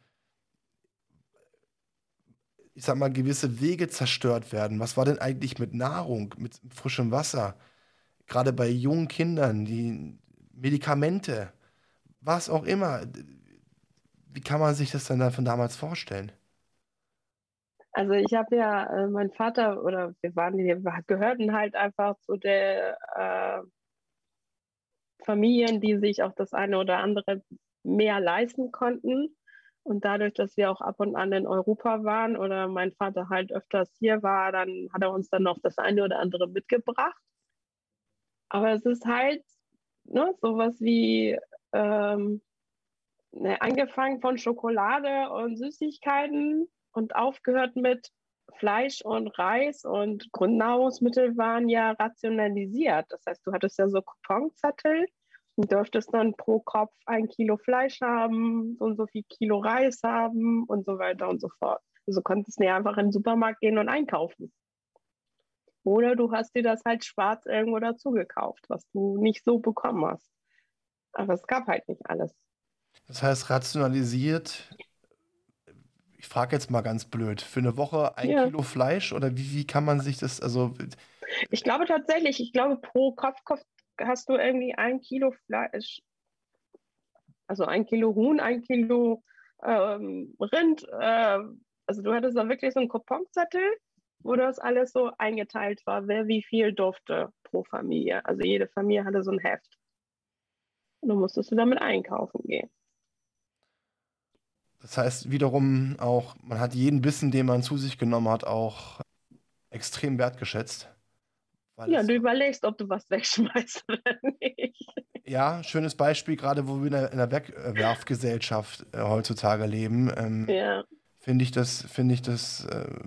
Ich sag mal, gewisse Wege zerstört werden. Was war denn eigentlich mit Nahrung, mit frischem Wasser? Gerade bei jungen Kindern, die Medikamente, was auch immer. Wie kann man sich das denn dann von damals vorstellen? Also ich habe ja, mein Vater oder wir gehörten halt einfach zu der Familien, die sich auch das eine oder andere mehr leisten konnten. Und dadurch, dass wir auch ab und an in Europa waren oder mein Vater halt öfters hier war, dann hat er uns dann noch das eine oder andere mitgebracht. Aber es ist halt, ne, sowas wie ähm, ne, angefangen von Schokolade und Süßigkeiten und aufgehört mit Fleisch und Reis und Grundnahrungsmittel waren ja rationalisiert. Das heißt, du hattest ja so Couponzettel und durftest dann pro Kopf 1 Kilo Fleisch haben, so und so viel Kilo Reis haben und so weiter und so fort. Also konntest du ja einfach in den Supermarkt gehen und einkaufen. Oder du hast dir das halt schwarz irgendwo dazu gekauft, was du nicht so bekommen hast. Aber es gab halt nicht alles. Das heißt, rationalisiert, Ich frage jetzt mal ganz blöd, für eine Woche ein Ja, Kilo Fleisch oder wie kann man sich das, also ich glaube tatsächlich, pro Kopf hast du irgendwie 1 Kilo Fleisch, also 1 Kilo Huhn, 1 Kilo Rind. Also du hattest da wirklich so einen Couponzettel, wo das alles so eingeteilt war, wer wie viel durfte pro Familie. Also jede Familie hatte so ein Heft. Und dann musstest du damit einkaufen gehen. das heißt wiederum auch, man hat jeden Bissen, den man zu sich genommen hat, auch extrem wertgeschätzt, weil Ja, es, du überlegst, ob du was wegschmeißt oder nicht. ja, schönes Beispiel, gerade wo wir in der Wegwerfgesellschaft heutzutage leben, Ja, finde ich das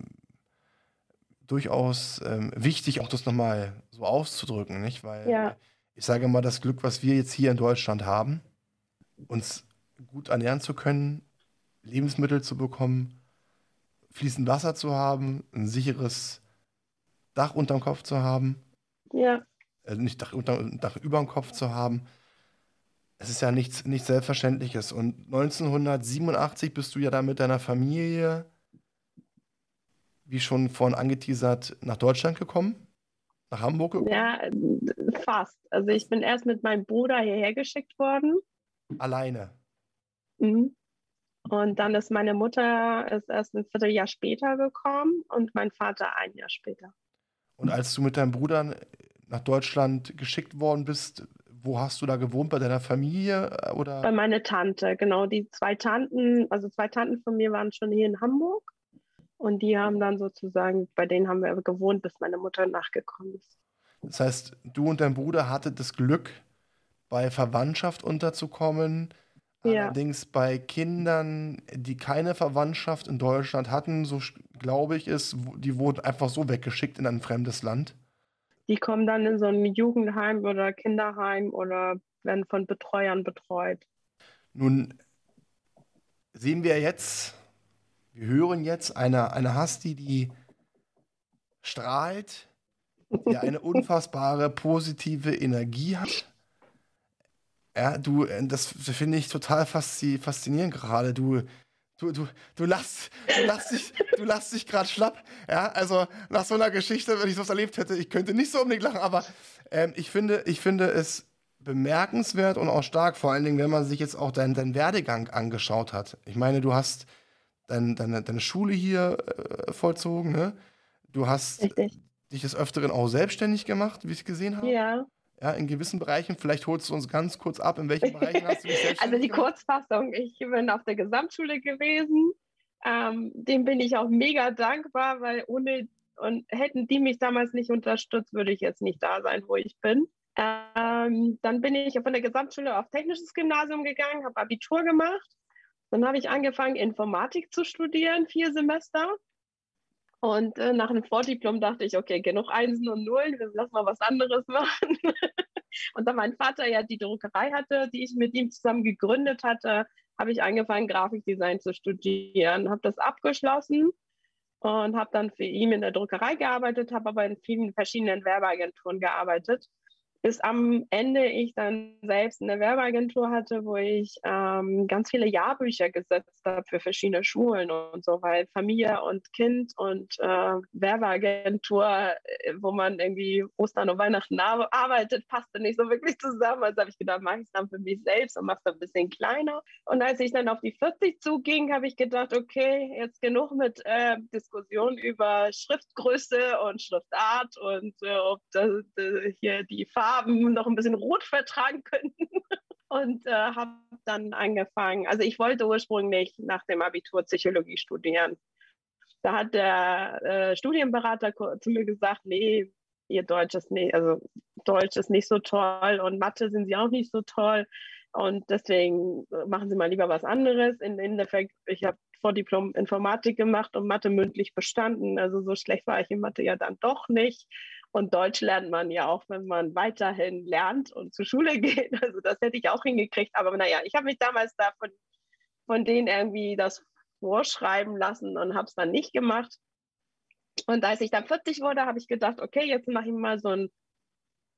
durchaus wichtig, auch das nochmal so auszudrücken, nicht? Weil ja, ich sage mal, das Glück, was wir jetzt hier in Deutschland haben, uns gut ernähren zu können, Lebensmittel zu bekommen, fließend Wasser zu haben, ein sicheres Dach unterm Kopf zu haben, ja, nicht Dach über dem Kopf zu haben. Es ist ja nichts Selbstverständliches. Und 1987 bist du ja da mit deiner Familie, wie schon vorhin angeteasert, nach Deutschland gekommen, nach Hamburg gekommen, ja, fast. Also ich bin erst mit meinem Bruder hierher geschickt worden. alleine. Mhm. Und dann ist meine Mutter ist erst ein Vierteljahr später gekommen und mein Vater ein Jahr später. Und als du mit deinem Bruder nach Deutschland geschickt worden bist, wo hast du da gewohnt? Bei deiner Familie Bei oder? meiner Tante, genau, die 2 Tanten, also 2 Tanten von mir waren schon hier in Hamburg und die haben dann sozusagen, bei denen haben wir gewohnt, bis meine Mutter nachgekommen ist. Das heißt, du und dein Bruder hattet das Glück, bei Verwandtschaft unterzukommen. Ja, Allerdings bei Kindern, die keine Verwandtschaft in Deutschland hatten, so glaube ich es, die wurden einfach so weggeschickt in ein fremdes Land. die kommen dann in so ein Jugendheim oder Kinderheim oder werden von Betreuern betreut. Nun sehen wir jetzt, wir hören jetzt eine Hasti, die strahlt, die eine unfassbare positive Energie hat. Ja, das finde ich total faszinierend gerade. Du lachst dich gerade schlapp. Ja, also nach so einer Geschichte, wenn ich sowas erlebt hätte, ich könnte nicht so unbedingt lachen, aber ich finde es bemerkenswert und auch stark, vor allen Dingen, wenn man sich jetzt auch deinen Werdegang angeschaut hat. Ich meine, du hast deine Schule hier vollzogen, ne? Du hast Richtig. dich des Öfteren auch selbstständig gemacht, wie ich gesehen habe. Ja. Ja, in gewissen Bereichen. Vielleicht holst du uns ganz kurz ab, in welchen Bereichen hast du dich Also selbstständig die gemacht? Kurzfassung, ich bin auf der Gesamtschule gewesen. Dem bin ich auch mega dankbar, weil und hätten die mich damals nicht unterstützt, würde ich jetzt nicht da sein, wo ich bin. Dann bin ich von der Gesamtschule auf technisches Gymnasium gegangen, habe Abitur gemacht. Dann habe ich angefangen, Informatik zu studieren, 4 Semester. Und nach einem Vordiplom dachte ich, okay, genug Einsen und Nullen, lass mal was anderes machen. Und da mein Vater ja die Druckerei hatte, die ich mit ihm zusammen gegründet hatte, habe ich angefangen, Grafikdesign zu studieren, habe das abgeschlossen und habe dann für ihn in der Druckerei gearbeitet, habe aber in vielen verschiedenen Werbeagenturen gearbeitet, bis am Ende ich dann selbst eine Werbeagentur hatte, wo ich ganz viele Jahrbücher gesetzt habe für verschiedene Schulen und so, weil Familie und Kind und Werbeagentur, wo man irgendwie Ostern und Weihnachten arbeitet, passte nicht so wirklich zusammen. Also habe ich gedacht, mache ich es dann für mich selbst und mache es ein bisschen kleiner. Und als ich dann auf die 40 zuging, habe ich gedacht, okay, jetzt genug mit Diskussionen über Schriftgröße und Schriftart und ob hier die Farben noch ein bisschen rot vertragen könnten. Und habe dann angefangen, also ich wollte ursprünglich nach dem Abitur Psychologie studieren. Da hat der Studienberater zu mir gesagt, nee, ihr Deutsch ist nicht, also Deutsch ist nicht so toll und Mathe sind sie auch nicht so toll. Und deswegen machen Sie mal lieber was anderes. Im Endeffekt, ich habe Vordiplom Informatik gemacht und Mathe mündlich bestanden. Also so schlecht war ich in Mathe ja dann doch nicht. Und Deutsch lernt man ja auch, wenn man weiterhin lernt und zur Schule geht. Also das hätte ich auch hingekriegt. Aber naja, ich habe mich damals da von denen irgendwie das vorschreiben lassen und habe es dann nicht gemacht. Und als ich dann 40 wurde, habe ich gedacht, okay, jetzt mache ich mal so ein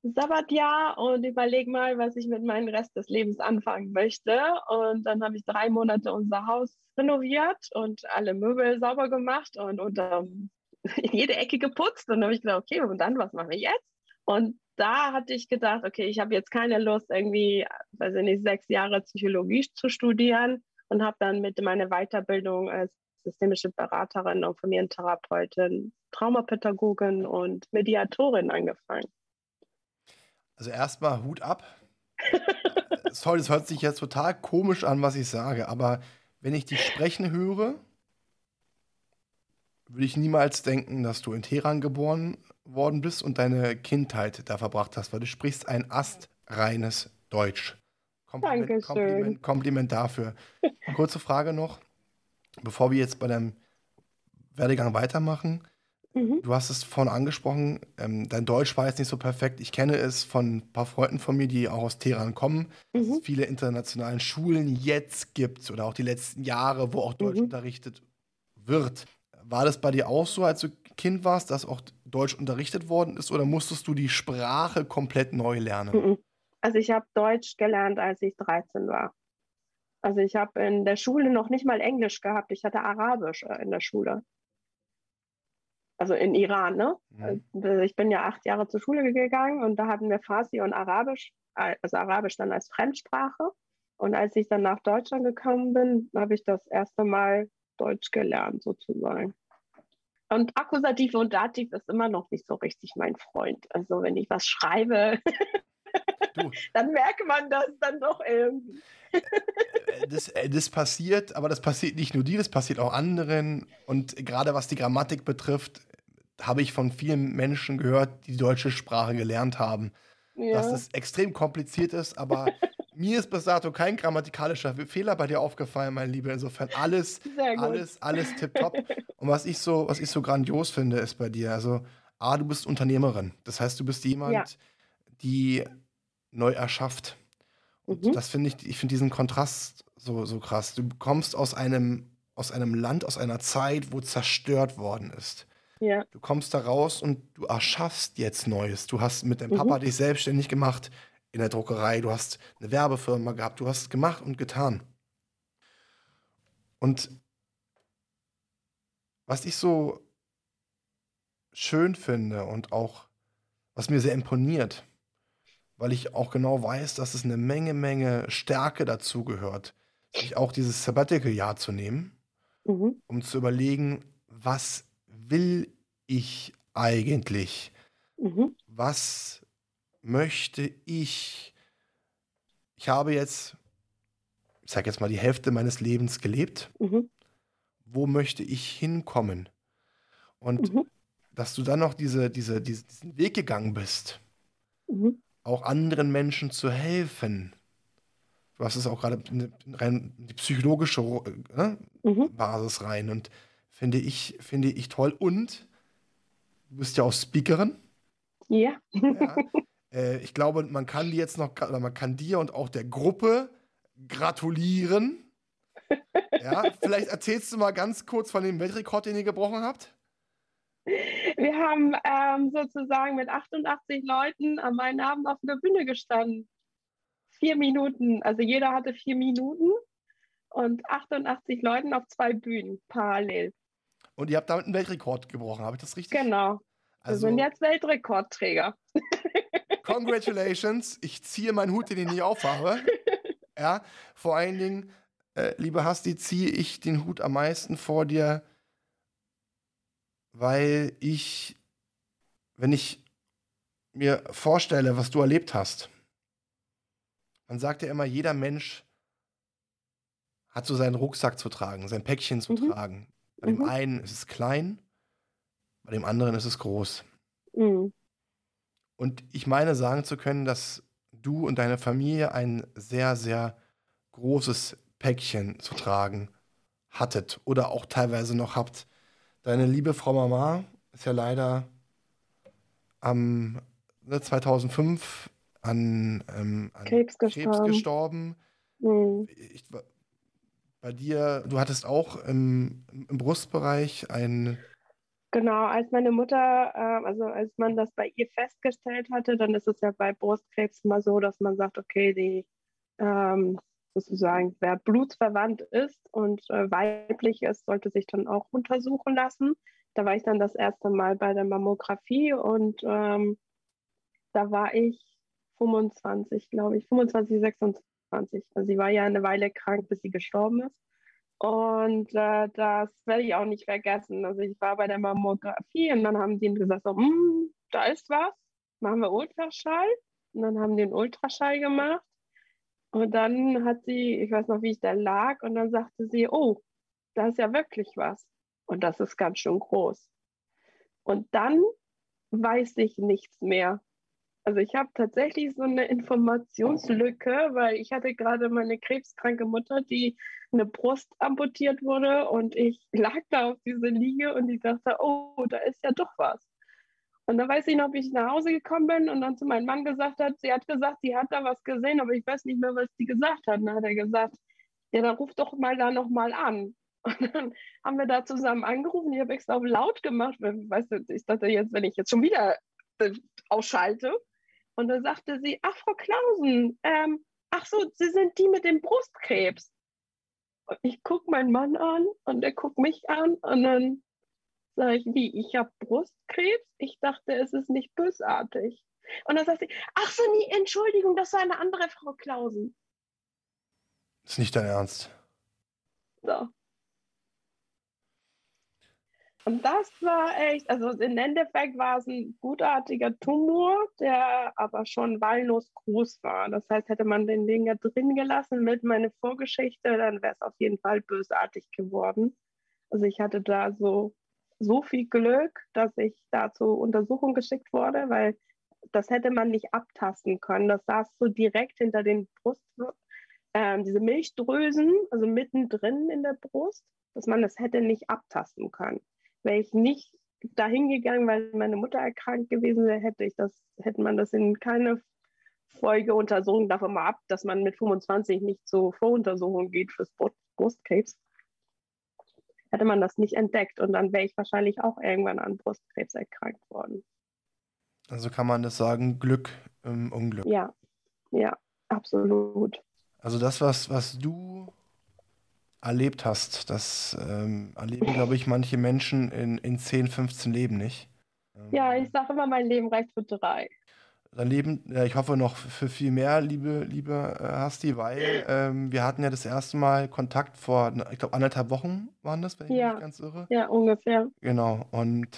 Sabbatjahr und überlege mal, was ich mit meinem Rest des Lebens anfangen möchte. Und dann habe ich 3 Monate unser Haus renoviert und alle Möbel sauber gemacht und unter jede Ecke geputzt. Und dann habe ich gedacht, okay, und dann, was mache ich jetzt? Und da hatte ich gedacht, okay, ich habe jetzt keine Lust, irgendwie, weiß ich nicht, 6 Jahre Psychologie zu studieren und habe dann mit meiner Weiterbildung als systemische Beraterin und Familientherapeutin, Traumapädagogin und Mediatorin angefangen. Also erstmal Hut ab. Sorry, das hört sich jetzt total komisch an, was ich sage, aber wenn ich dich sprechen höre, würde ich niemals denken, dass du in Teheran geboren worden bist und deine Kindheit da verbracht hast, weil du sprichst ein astreines Deutsch. Dankeschön. Kompliment dafür. Kurze Frage noch, bevor wir jetzt bei deinem Werdegang weitermachen. Mhm. Du hast es vorhin angesprochen, dein Deutsch war jetzt nicht so perfekt. Ich kenne es von ein paar Freunden von mir, die auch aus Teheran kommen, dass es viele internationalen Schulen jetzt gibt oder auch die letzten Jahre, wo auch Deutsch unterrichtet wird. War das bei dir auch so, als du Kind warst, dass auch Deutsch unterrichtet worden ist oder musstest du die Sprache komplett neu lernen? Mhm. Also ich habe Deutsch gelernt, als ich 13 war. Also ich habe in der Schule noch nicht mal Englisch gehabt. Ich hatte Arabisch in der Schule. Also in Iran, ne? Ich bin ja 8 Jahre zur Schule gegangen und da hatten wir Farsi und Arabisch, also Arabisch dann als Fremdsprache. Und als ich dann nach Deutschland gekommen bin, habe ich das erste Mal Deutsch gelernt, sozusagen. Und Akkusativ und Dativ ist immer noch nicht so richtig mein Freund. Also wenn ich was schreibe, Du, dann merkt man das dann doch irgendwie. das passiert, aber das passiert nicht nur dir, das passiert auch anderen. Und gerade was die Grammatik betrifft, habe ich von vielen Menschen gehört, die die deutsche Sprache gelernt haben, dass Ja, es extrem kompliziert ist, aber mir ist bis dato kein grammatikalischer Fehler bei dir aufgefallen, mein Lieber. Insofern sehr gut. alles tipptopp. Und was ich so grandios finde, ist bei dir, also A, du bist Unternehmerin. Das heißt, du bist Ja. jemand, die neu erschafft. Und Mhm. das finde ich finde diesen Kontrast so krass. Du kommst aus einem Land, aus einer Zeit, wo zerstört worden ist. Ja. Du kommst da raus und du erschaffst jetzt Neues. Du hast mit deinem Mhm. Papa dich selbstständig gemacht in der Druckerei. Du hast eine Werbefirma gehabt. Du hast gemacht und getan. Und was ich so schön finde und auch was mir sehr imponiert, weil ich auch genau weiß, dass es eine Menge Stärke dazu gehört, sich auch dieses Sabbatical-Jahr zu nehmen, Mhm. um zu überlegen, was will ich eigentlich? Mhm. Was möchte ich? Ich habe jetzt, ich sage jetzt mal, die Hälfte meines Lebens gelebt. Mhm. Wo möchte ich hinkommen? Und Mhm. dass du dann noch diesen Weg gegangen bist, Mhm. auch anderen Menschen zu helfen. Du hast es auch gerade rein in die psychologische Mhm. Basis rein und finde ich toll. Und du bist ja auch Speakerin. Ja. Ja. Ich glaube, man kann dir jetzt noch, oder man kann dir und auch der Gruppe gratulieren. Ja, vielleicht erzählst du mal ganz kurz von dem Weltrekord, den ihr gebrochen habt. Wir haben sozusagen mit 88 Leuten an meinem Abend auf der Bühne gestanden. 4 Minuten, also jeder hatte 4 Minuten und 88 Leuten auf 2 Bühnen parallel. Und ihr habt damit einen Weltrekord gebrochen. Habe ich das richtig? Genau. Wir sind Also, jetzt Weltrekordträger. congratulations. Ich ziehe meinen Hut, den ich nie aufhabe. Ja, vor allen Dingen, liebe Hasti, ziehe ich den Hut am meisten vor dir, weil wenn ich mir vorstelle, was du erlebt hast, man sagt ja immer, jeder Mensch hat so seinen Rucksack zu tragen, sein Päckchen zu Mhm. tragen. Bei dem Mhm. einen ist es klein, bei dem anderen ist es groß. Mhm. Und ich meine sagen zu können, dass du und deine Familie ein sehr großes Päckchen zu tragen hattet oder auch teilweise noch habt. Deine liebe Frau Mama ist ja leider am 2005 an Krebs Krebs gestorben. gestorben. Mhm. Ich, bei dir, du hattest auch im Brustbereich ein Genau, als meine Mutter, also als man das bei ihr festgestellt hatte, dann ist es ja bei Brustkrebs immer so, dass man sagt, okay, die ähm, sozusagen, wer blutsverwandt ist und weiblich ist, sollte sich dann auch untersuchen lassen. Da war ich dann das erste Mal bei der Mammographie und da war ich 25, glaube ich, 25, 26. Also sie war ja eine Weile krank, bis sie gestorben ist. Und das werde ich auch nicht vergessen. Also ich war bei der Mammographie und dann haben die gesagt, so, da ist was, machen wir Ultraschall. Und dann haben die einen Ultraschall gemacht. Und dann hat sie, ich weiß noch, wie ich da lag, und dann sagte sie, oh, da ist ja wirklich was. Und das ist ganz schön groß. Und dann weiß ich nichts mehr. Also ich habe tatsächlich so eine Informationslücke, weil ich hatte gerade meine krebskranke Mutter, die eine Brust amputiert wurde, und ich lag da auf dieser Liege und ich dachte, oh, da ist ja doch was. Und dann weiß ich noch, wie ich nach Hause gekommen bin und dann zu meinem Mann gesagt hat, sie hat gesagt, sie hat da was gesehen, aber ich weiß nicht mehr, was sie gesagt hat. Und dann hat er gesagt, ja, dann ruf doch mal da nochmal an. Und dann haben wir da zusammen angerufen. Ich habe extra auf laut gemacht, weil, weißt du, ich dachte jetzt, wenn ich jetzt schon wieder ausschalte. Und dann sagte sie, ach, Frau Clausen, ach so, Sie sind die mit dem Brustkrebs. Und ich gucke meinen Mann an und er guckt mich an und dann sage ich, wie, ich habe Brustkrebs? Ich dachte, es ist nicht bösartig. Und dann sagt sie, ach so, nee, Entschuldigung, das war eine andere Frau Clausen. Ist nicht dein Ernst. So. Und das war echt, also im Endeffekt war es ein gutartiger Tumor, der aber schon walnussgroß war. Das heißt, hätte man den Ding ja drin gelassen mit meiner Vorgeschichte, dann wäre es auf jeden Fall bösartig geworden. Also ich hatte da so viel Glück, dass ich da zur Untersuchung geschickt wurde, weil das hätte man nicht abtasten können. Das saß so direkt hinter den diese Milchdrüsen, also mittendrin in der Brust, dass man das hätte nicht abtasten können. Wäre ich nicht dahin gegangen, weil meine Mutter erkrankt gewesen wäre, hätte man das in keine Folgeuntersuchung, davon mal ab, dass man mit 25 nicht zur Voruntersuchung geht fürs Brustkrebs, hätte man das nicht entdeckt und dann wäre ich wahrscheinlich auch irgendwann an Brustkrebs erkrankt worden. Also kann man das sagen, Glück im Unglück. Ja, ja, absolut. Also das, was du erlebt hast, das erleben, glaube ich, manche Menschen in 10, 15 Leben nicht. Ja, ich sage immer, mein Leben reicht für 3. Dein Leben, ja, ich hoffe noch für viel mehr, liebe Hasti, weil wir hatten ja das erste Mal Kontakt vor, ich glaube, 1,5 Wochen waren das, wenn ich mich nicht Ja, ganz irre. ja, ungefähr. Genau, und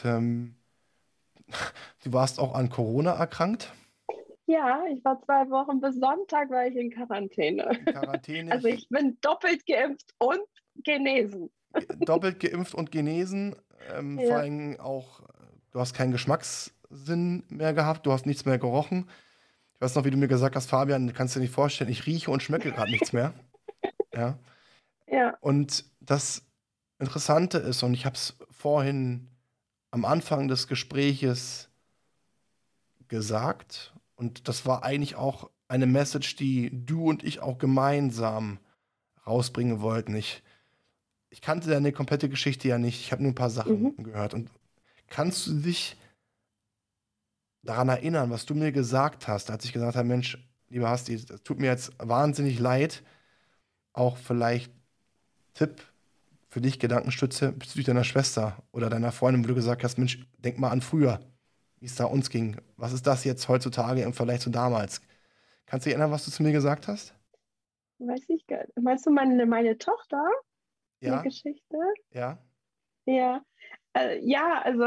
du warst auch an Corona erkrankt. Ja, ich war 2 Wochen, bis Sonntag war ich in Quarantäne. In Quarantäne, Also ich bin doppelt geimpft und genesen. doppelt geimpft und genesen. Vor Ja, allem auch, du hast keinen Geschmackssinn mehr gehabt, du hast nichts mehr gerochen. Ich weiß noch, wie du mir gesagt hast, Fabian, du kannst dir nicht vorstellen, ich rieche und schmecke gerade nichts mehr. Ja. ja, Und das Interessante ist, und ich habe es vorhin am Anfang des Gespräches gesagt, und das war eigentlich auch eine Message, die du und ich auch gemeinsam rausbringen wollten. Ich kannte deine komplette Geschichte ja nicht, ich habe nur ein paar Sachen mhm. gehört. Und kannst du dich daran erinnern, was du mir gesagt hast, als ich gesagt habe, Mensch, lieber Hasti, es tut mir jetzt wahnsinnig leid, auch vielleicht Tipp für dich, Gedankenstütze bezüglich deiner Schwester oder deiner Freundin, wo du gesagt hast, Mensch, denk mal an früher, wie es da uns ging. Was ist das jetzt heutzutage im Vergleich zu damals? Kannst du dich erinnern, was du zu mir gesagt hast? Weiß ich gar nicht. Meinst du meine Tochter, eine Ja, Geschichte? ja. Ja, ja, also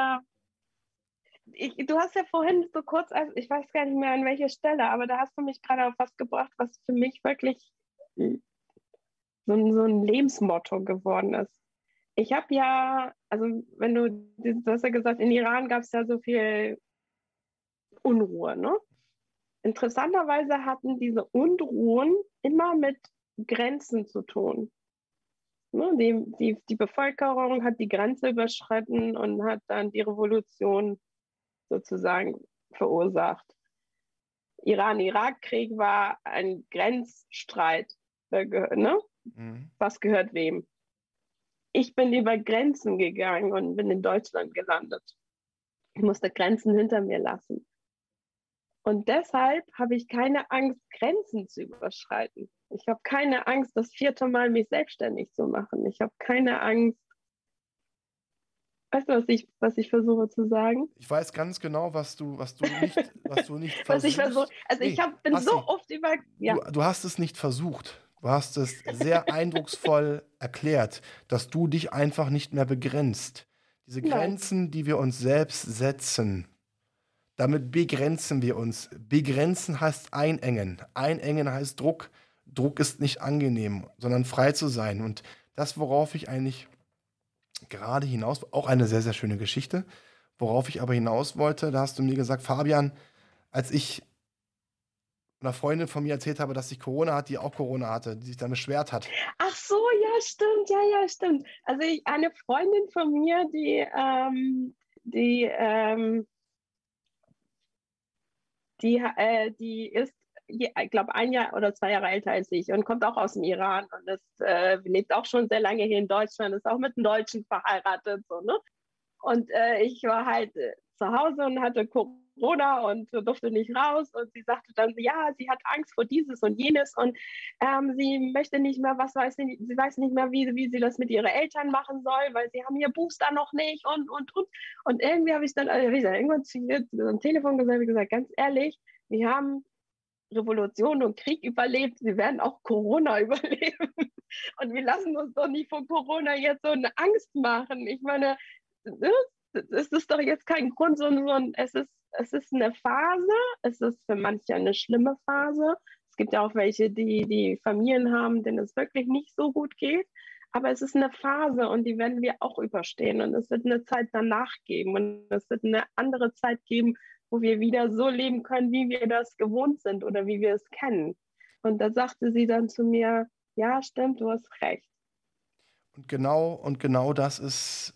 du hast ja vorhin so kurz, also ich weiß gar nicht mehr an welcher Stelle, aber da hast du mich gerade auf was gebracht, was für mich wirklich so ein Lebensmotto geworden ist. Ich habe ja, also wenn du hast ja gesagt, in Iran gab es ja so viel Unruhe, ne? Interessanterweise hatten diese Unruhen immer mit Grenzen zu tun. Ne? Die Bevölkerung hat die Grenze überschritten und hat dann die Revolution sozusagen verursacht. Iran-Irak-Krieg war ein Grenzstreit. Ne? Mhm. Was gehört wem? ich bin über Grenzen gegangen und bin in Deutschland gelandet. Ich musste Grenzen hinter mir lassen. Und deshalb habe ich keine Angst, Grenzen zu überschreiten. Ich habe keine Angst, das 4. Mal mich selbstständig zu machen. Ich habe keine Angst. Weißt du, was ich versuche zu sagen? Ich weiß ganz genau, was du nicht Was ich versuche. versuchst. Also Nee, bin so Hassi, oft über. Ja, du hast es nicht versucht. Du hast es sehr eindrucksvoll erklärt, dass du dich einfach nicht mehr begrenzt. Diese nein. Grenzen, die wir uns selbst setzen, damit begrenzen wir uns. Begrenzen heißt einengen. Einengen heißt Druck. Druck ist nicht angenehm, sondern frei zu sein. Und das, worauf ich eigentlich gerade hinaus, auch eine sehr, sehr schöne Geschichte, worauf ich aber hinaus wollte, da hast du mir gesagt, Fabian, als ich einer Freundin von mir erzählt habe, dass sie Corona hat, die auch Corona hatte, die sich dann beschwert hat. Ach so, ja, stimmt, ja, stimmt. Also eine Freundin von mir, die ist, ich glaube, 1 Jahr oder 2 Jahre älter als ich und kommt auch aus dem Iran und lebt auch schon sehr lange hier in Deutschland, ist auch mit einem Deutschen verheiratet, so, ne? Und ich war halt zu Hause und hatte Corona und durfte nicht raus. Und sie sagte dann, ja, sie hat Angst vor dieses und jenes und sie möchte nicht mehr, sie weiß nicht mehr, wie sie das mit ihren Eltern machen soll, weil sie haben ihr Booster noch nicht und. Und irgendwie habe ich dann irgendwann zu ihr am Telefon gesagt, ganz ehrlich, wir haben Revolution und Krieg überlebt, wir werden auch Corona überleben. Und wir lassen uns doch nicht von Corona jetzt so eine Angst machen. Ich meine, es ist doch jetzt kein Grund, sondern es ist eine Phase, es ist für manche eine schlimme Phase. Es gibt ja auch welche, die Familien haben, denen es wirklich nicht so gut geht. Aber es ist eine Phase und die werden wir auch überstehen. Und es wird eine Zeit danach geben. Und es wird eine andere Zeit geben, wo wir wieder so leben können, wie wir das gewohnt sind oder wie wir es kennen. Und da sagte sie dann zu mir, ja, stimmt, du hast recht. Und genau das ist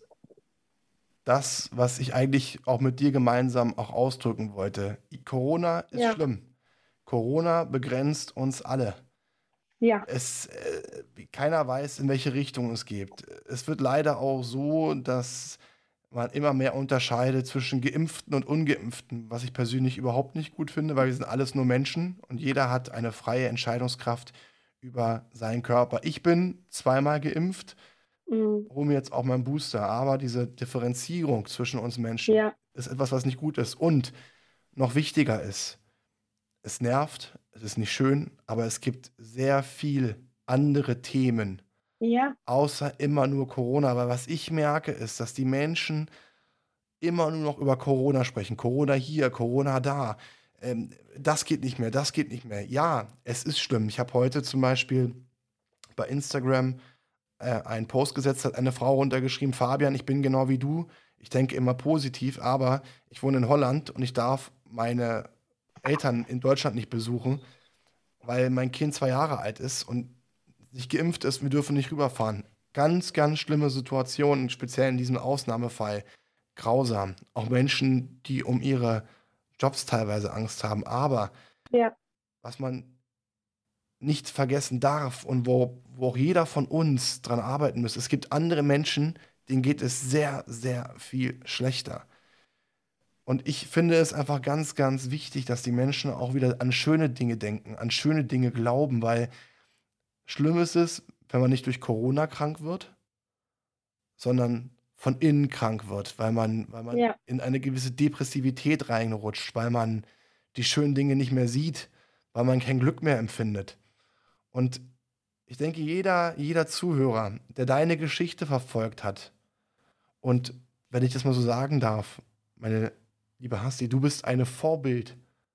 das, was ich eigentlich auch mit dir gemeinsam auch ausdrücken wollte. Corona ist Ja, schlimm. Corona begrenzt uns alle. ja, Keiner weiß, in welche Richtung es geht. Es wird leider auch so, dass man immer mehr unterscheidet zwischen Geimpften und Ungeimpften, was ich persönlich überhaupt nicht gut finde, weil wir sind alles nur Menschen und jeder hat eine freie Entscheidungskraft über seinen Körper. Ich bin zweimal geimpft, mm, hole mir jetzt auch meinen Booster, aber diese Differenzierung zwischen uns Menschen ja, ist etwas, was nicht gut ist. Und noch wichtiger ist, es nervt, es ist nicht schön, aber es gibt sehr viel andere Themen, ja, außer immer nur Corona. Aber was ich merke, ist, dass die Menschen immer nur noch über Corona sprechen. Corona hier, Corona da. Das geht nicht mehr, das geht nicht mehr. Ja, es ist schlimm. Ich habe heute zum Beispiel bei Instagram einen Post gesetzt, hat eine Frau runtergeschrieben, Fabian, ich bin genau wie du. Ich denke immer positiv, aber ich wohne in Holland und ich darf meine Eltern in Deutschland nicht besuchen, weil mein Kind 2 Jahre alt ist und nicht geimpft ist, wir dürfen nicht rüberfahren. Ganz, ganz schlimme Situationen, speziell in diesem Ausnahmefall. Grausam. Auch Menschen, die um ihre Jobs teilweise Angst haben. Aber ja, was man nicht vergessen darf und wo auch jeder von uns dran arbeiten muss, es gibt andere Menschen, denen geht es sehr, sehr viel schlechter. Und ich finde es einfach ganz, ganz wichtig, dass die Menschen auch wieder an schöne Dinge denken, an schöne Dinge glauben, weil schlimm ist es, wenn man nicht durch Corona krank wird, sondern von innen krank wird, weil man ja, in eine gewisse Depressivität reinrutscht, weil man die schönen Dinge nicht mehr sieht, weil man kein Glück mehr empfindet. Und ich denke, jeder Zuhörer, der deine Geschichte verfolgt hat, und wenn ich das mal so sagen darf, meine liebe Hasti, du bist eine Vorbildfigur,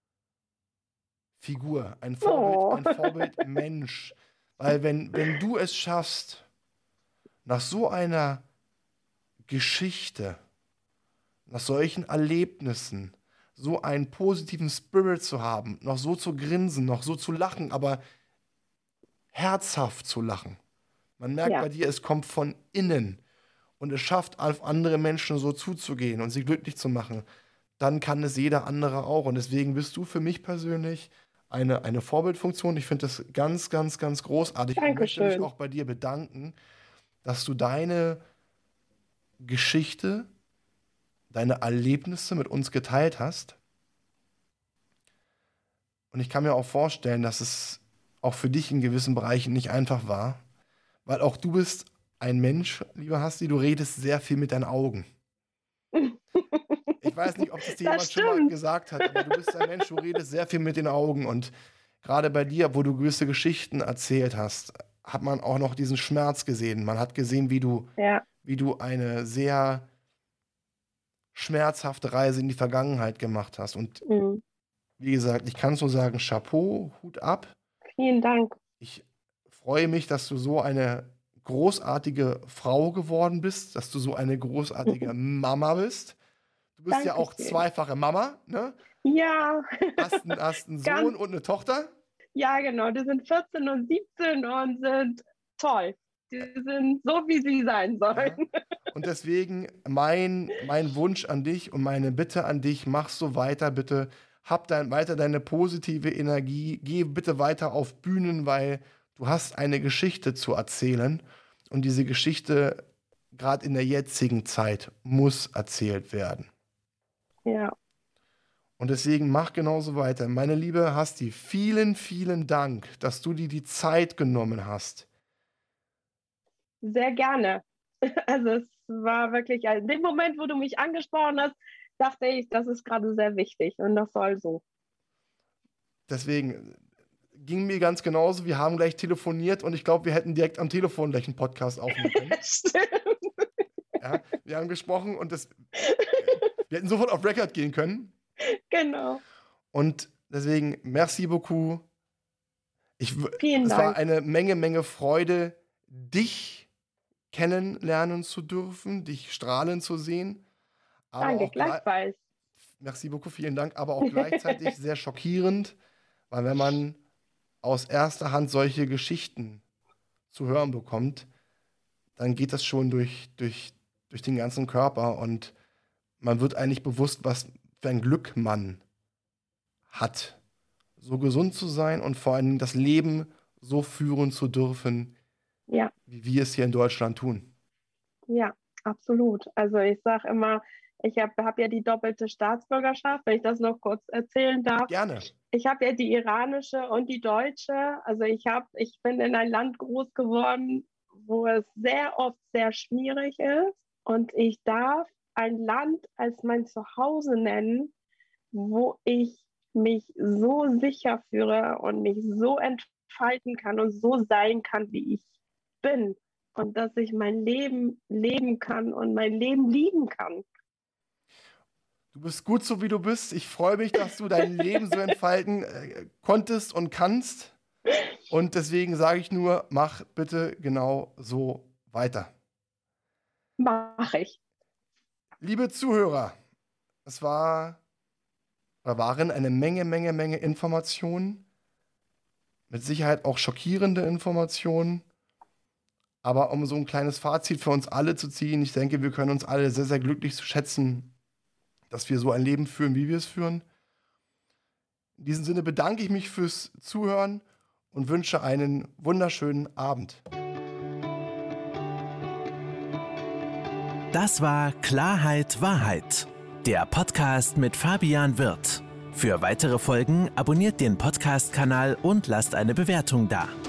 oh, ein Vorbildmensch. Weil wenn du es schaffst, nach so einer Geschichte, nach solchen Erlebnissen, so einen positiven Spirit zu haben, noch so zu grinsen, noch so zu lachen, aber herzhaft zu lachen. Man merkt bei ja, dir, es kommt von innen und es schafft, auf andere Menschen so zuzugehen und sie glücklich zu machen, dann kann es jeder andere auch. Und deswegen bist du für mich persönlich eine Vorbildfunktion. Ich finde das ganz, ganz, ganz großartig und möchte mich Dankeschön. auch bei dir bedanken, dass du deine Geschichte, deine Erlebnisse mit uns geteilt hast. Und ich kann mir auch vorstellen, dass es auch für dich in gewissen Bereichen nicht einfach war, weil auch du bist ein Mensch, liebe Hasti, du redest sehr viel mit deinen Augen. Ich weiß nicht, ob das dir jemand schon mal gesagt hat, aber du bist ein Mensch, du redest sehr viel mit den Augen. Und gerade bei dir, wo du gewisse Geschichten erzählt hast, hat man auch noch diesen Schmerz gesehen. Man hat gesehen, wie du eine sehr schmerzhafte Reise in die Vergangenheit gemacht hast. Und wie gesagt, ich kann es nur sagen, Chapeau, Hut ab. Vielen Dank. Ich freue mich, dass du so eine großartige Frau geworden bist, dass du so eine großartige Mama bist. Du bist ja auch zweifache Mama, ne? Ja. Hast einen Sohn und eine Tochter? Ja, genau. Die sind 14 und 17 und sind toll. Die sind so, wie sie sein sollen. Ja. Und deswegen mein Wunsch an dich und meine Bitte an dich, mach so weiter, bitte. Hab weiter deine positive Energie. Geh bitte weiter auf Bühnen, weil du hast eine Geschichte zu erzählen. Und diese Geschichte, gerade in der jetzigen Zeit, muss erzählt werden. Ja. Und deswegen mach genauso weiter. Meine liebe Hasti, vielen, vielen Dank, dass du dir die Zeit genommen hast. Sehr gerne. Also es war wirklich, in dem Moment, wo du mich angesprochen hast, dachte ich, das ist gerade sehr wichtig und das soll so. Deswegen ging mir ganz genauso. Wir haben gleich telefoniert und ich glaube, wir hätten direkt am Telefon gleich einen Podcast aufnehmen können. Stimmt. Ja, wir haben gesprochen und wir hätten sofort auf Record gehen können. Genau. Und deswegen, merci beaucoup. Vielen Dank. Es war eine Menge Freude, dich kennenlernen zu dürfen, dich strahlen zu sehen. Aber danke, gleichfalls. Merci beaucoup, vielen Dank. Aber auch gleichzeitig sehr schockierend, weil wenn man aus erster Hand solche Geschichten zu hören bekommt, dann geht das schon durch den ganzen Körper und man wird eigentlich bewusst, was für ein Glück man hat, so gesund zu sein und vor allem das Leben so führen zu dürfen, wie wir es hier in Deutschland tun. Ja, absolut. Also ich sage immer, ich hab ja die doppelte Staatsbürgerschaft, wenn ich das noch kurz erzählen darf. Gerne. Ich habe ja die iranische und die deutsche. Also ich bin in ein Land groß geworden, wo es sehr oft sehr schwierig ist. Und ich darf ein Land als mein Zuhause nennen, wo ich mich so sicher fühle und mich so entfalten kann und so sein kann, wie ich bin. Und dass ich mein Leben leben kann und mein Leben lieben kann. Du bist gut so, wie du bist. Ich freue mich, dass du dein Leben so entfalten konntest und kannst. Und deswegen sage ich nur, mach bitte genau so weiter. Mache ich. Liebe Zuhörer, es waren eine Menge Informationen. Mit Sicherheit auch schockierende Informationen. Aber um so ein kleines Fazit für uns alle zu ziehen, ich denke, wir können uns alle sehr, sehr glücklich schätzen, dass wir so ein Leben führen, wie wir es führen. In diesem Sinne bedanke ich mich fürs Zuhören und wünsche einen wunderschönen Abend. Das war Klarheit, Wahrheit, der Podcast mit Fabian Wirth. Für weitere Folgen abonniert den Podcast-Kanal und lasst eine Bewertung da.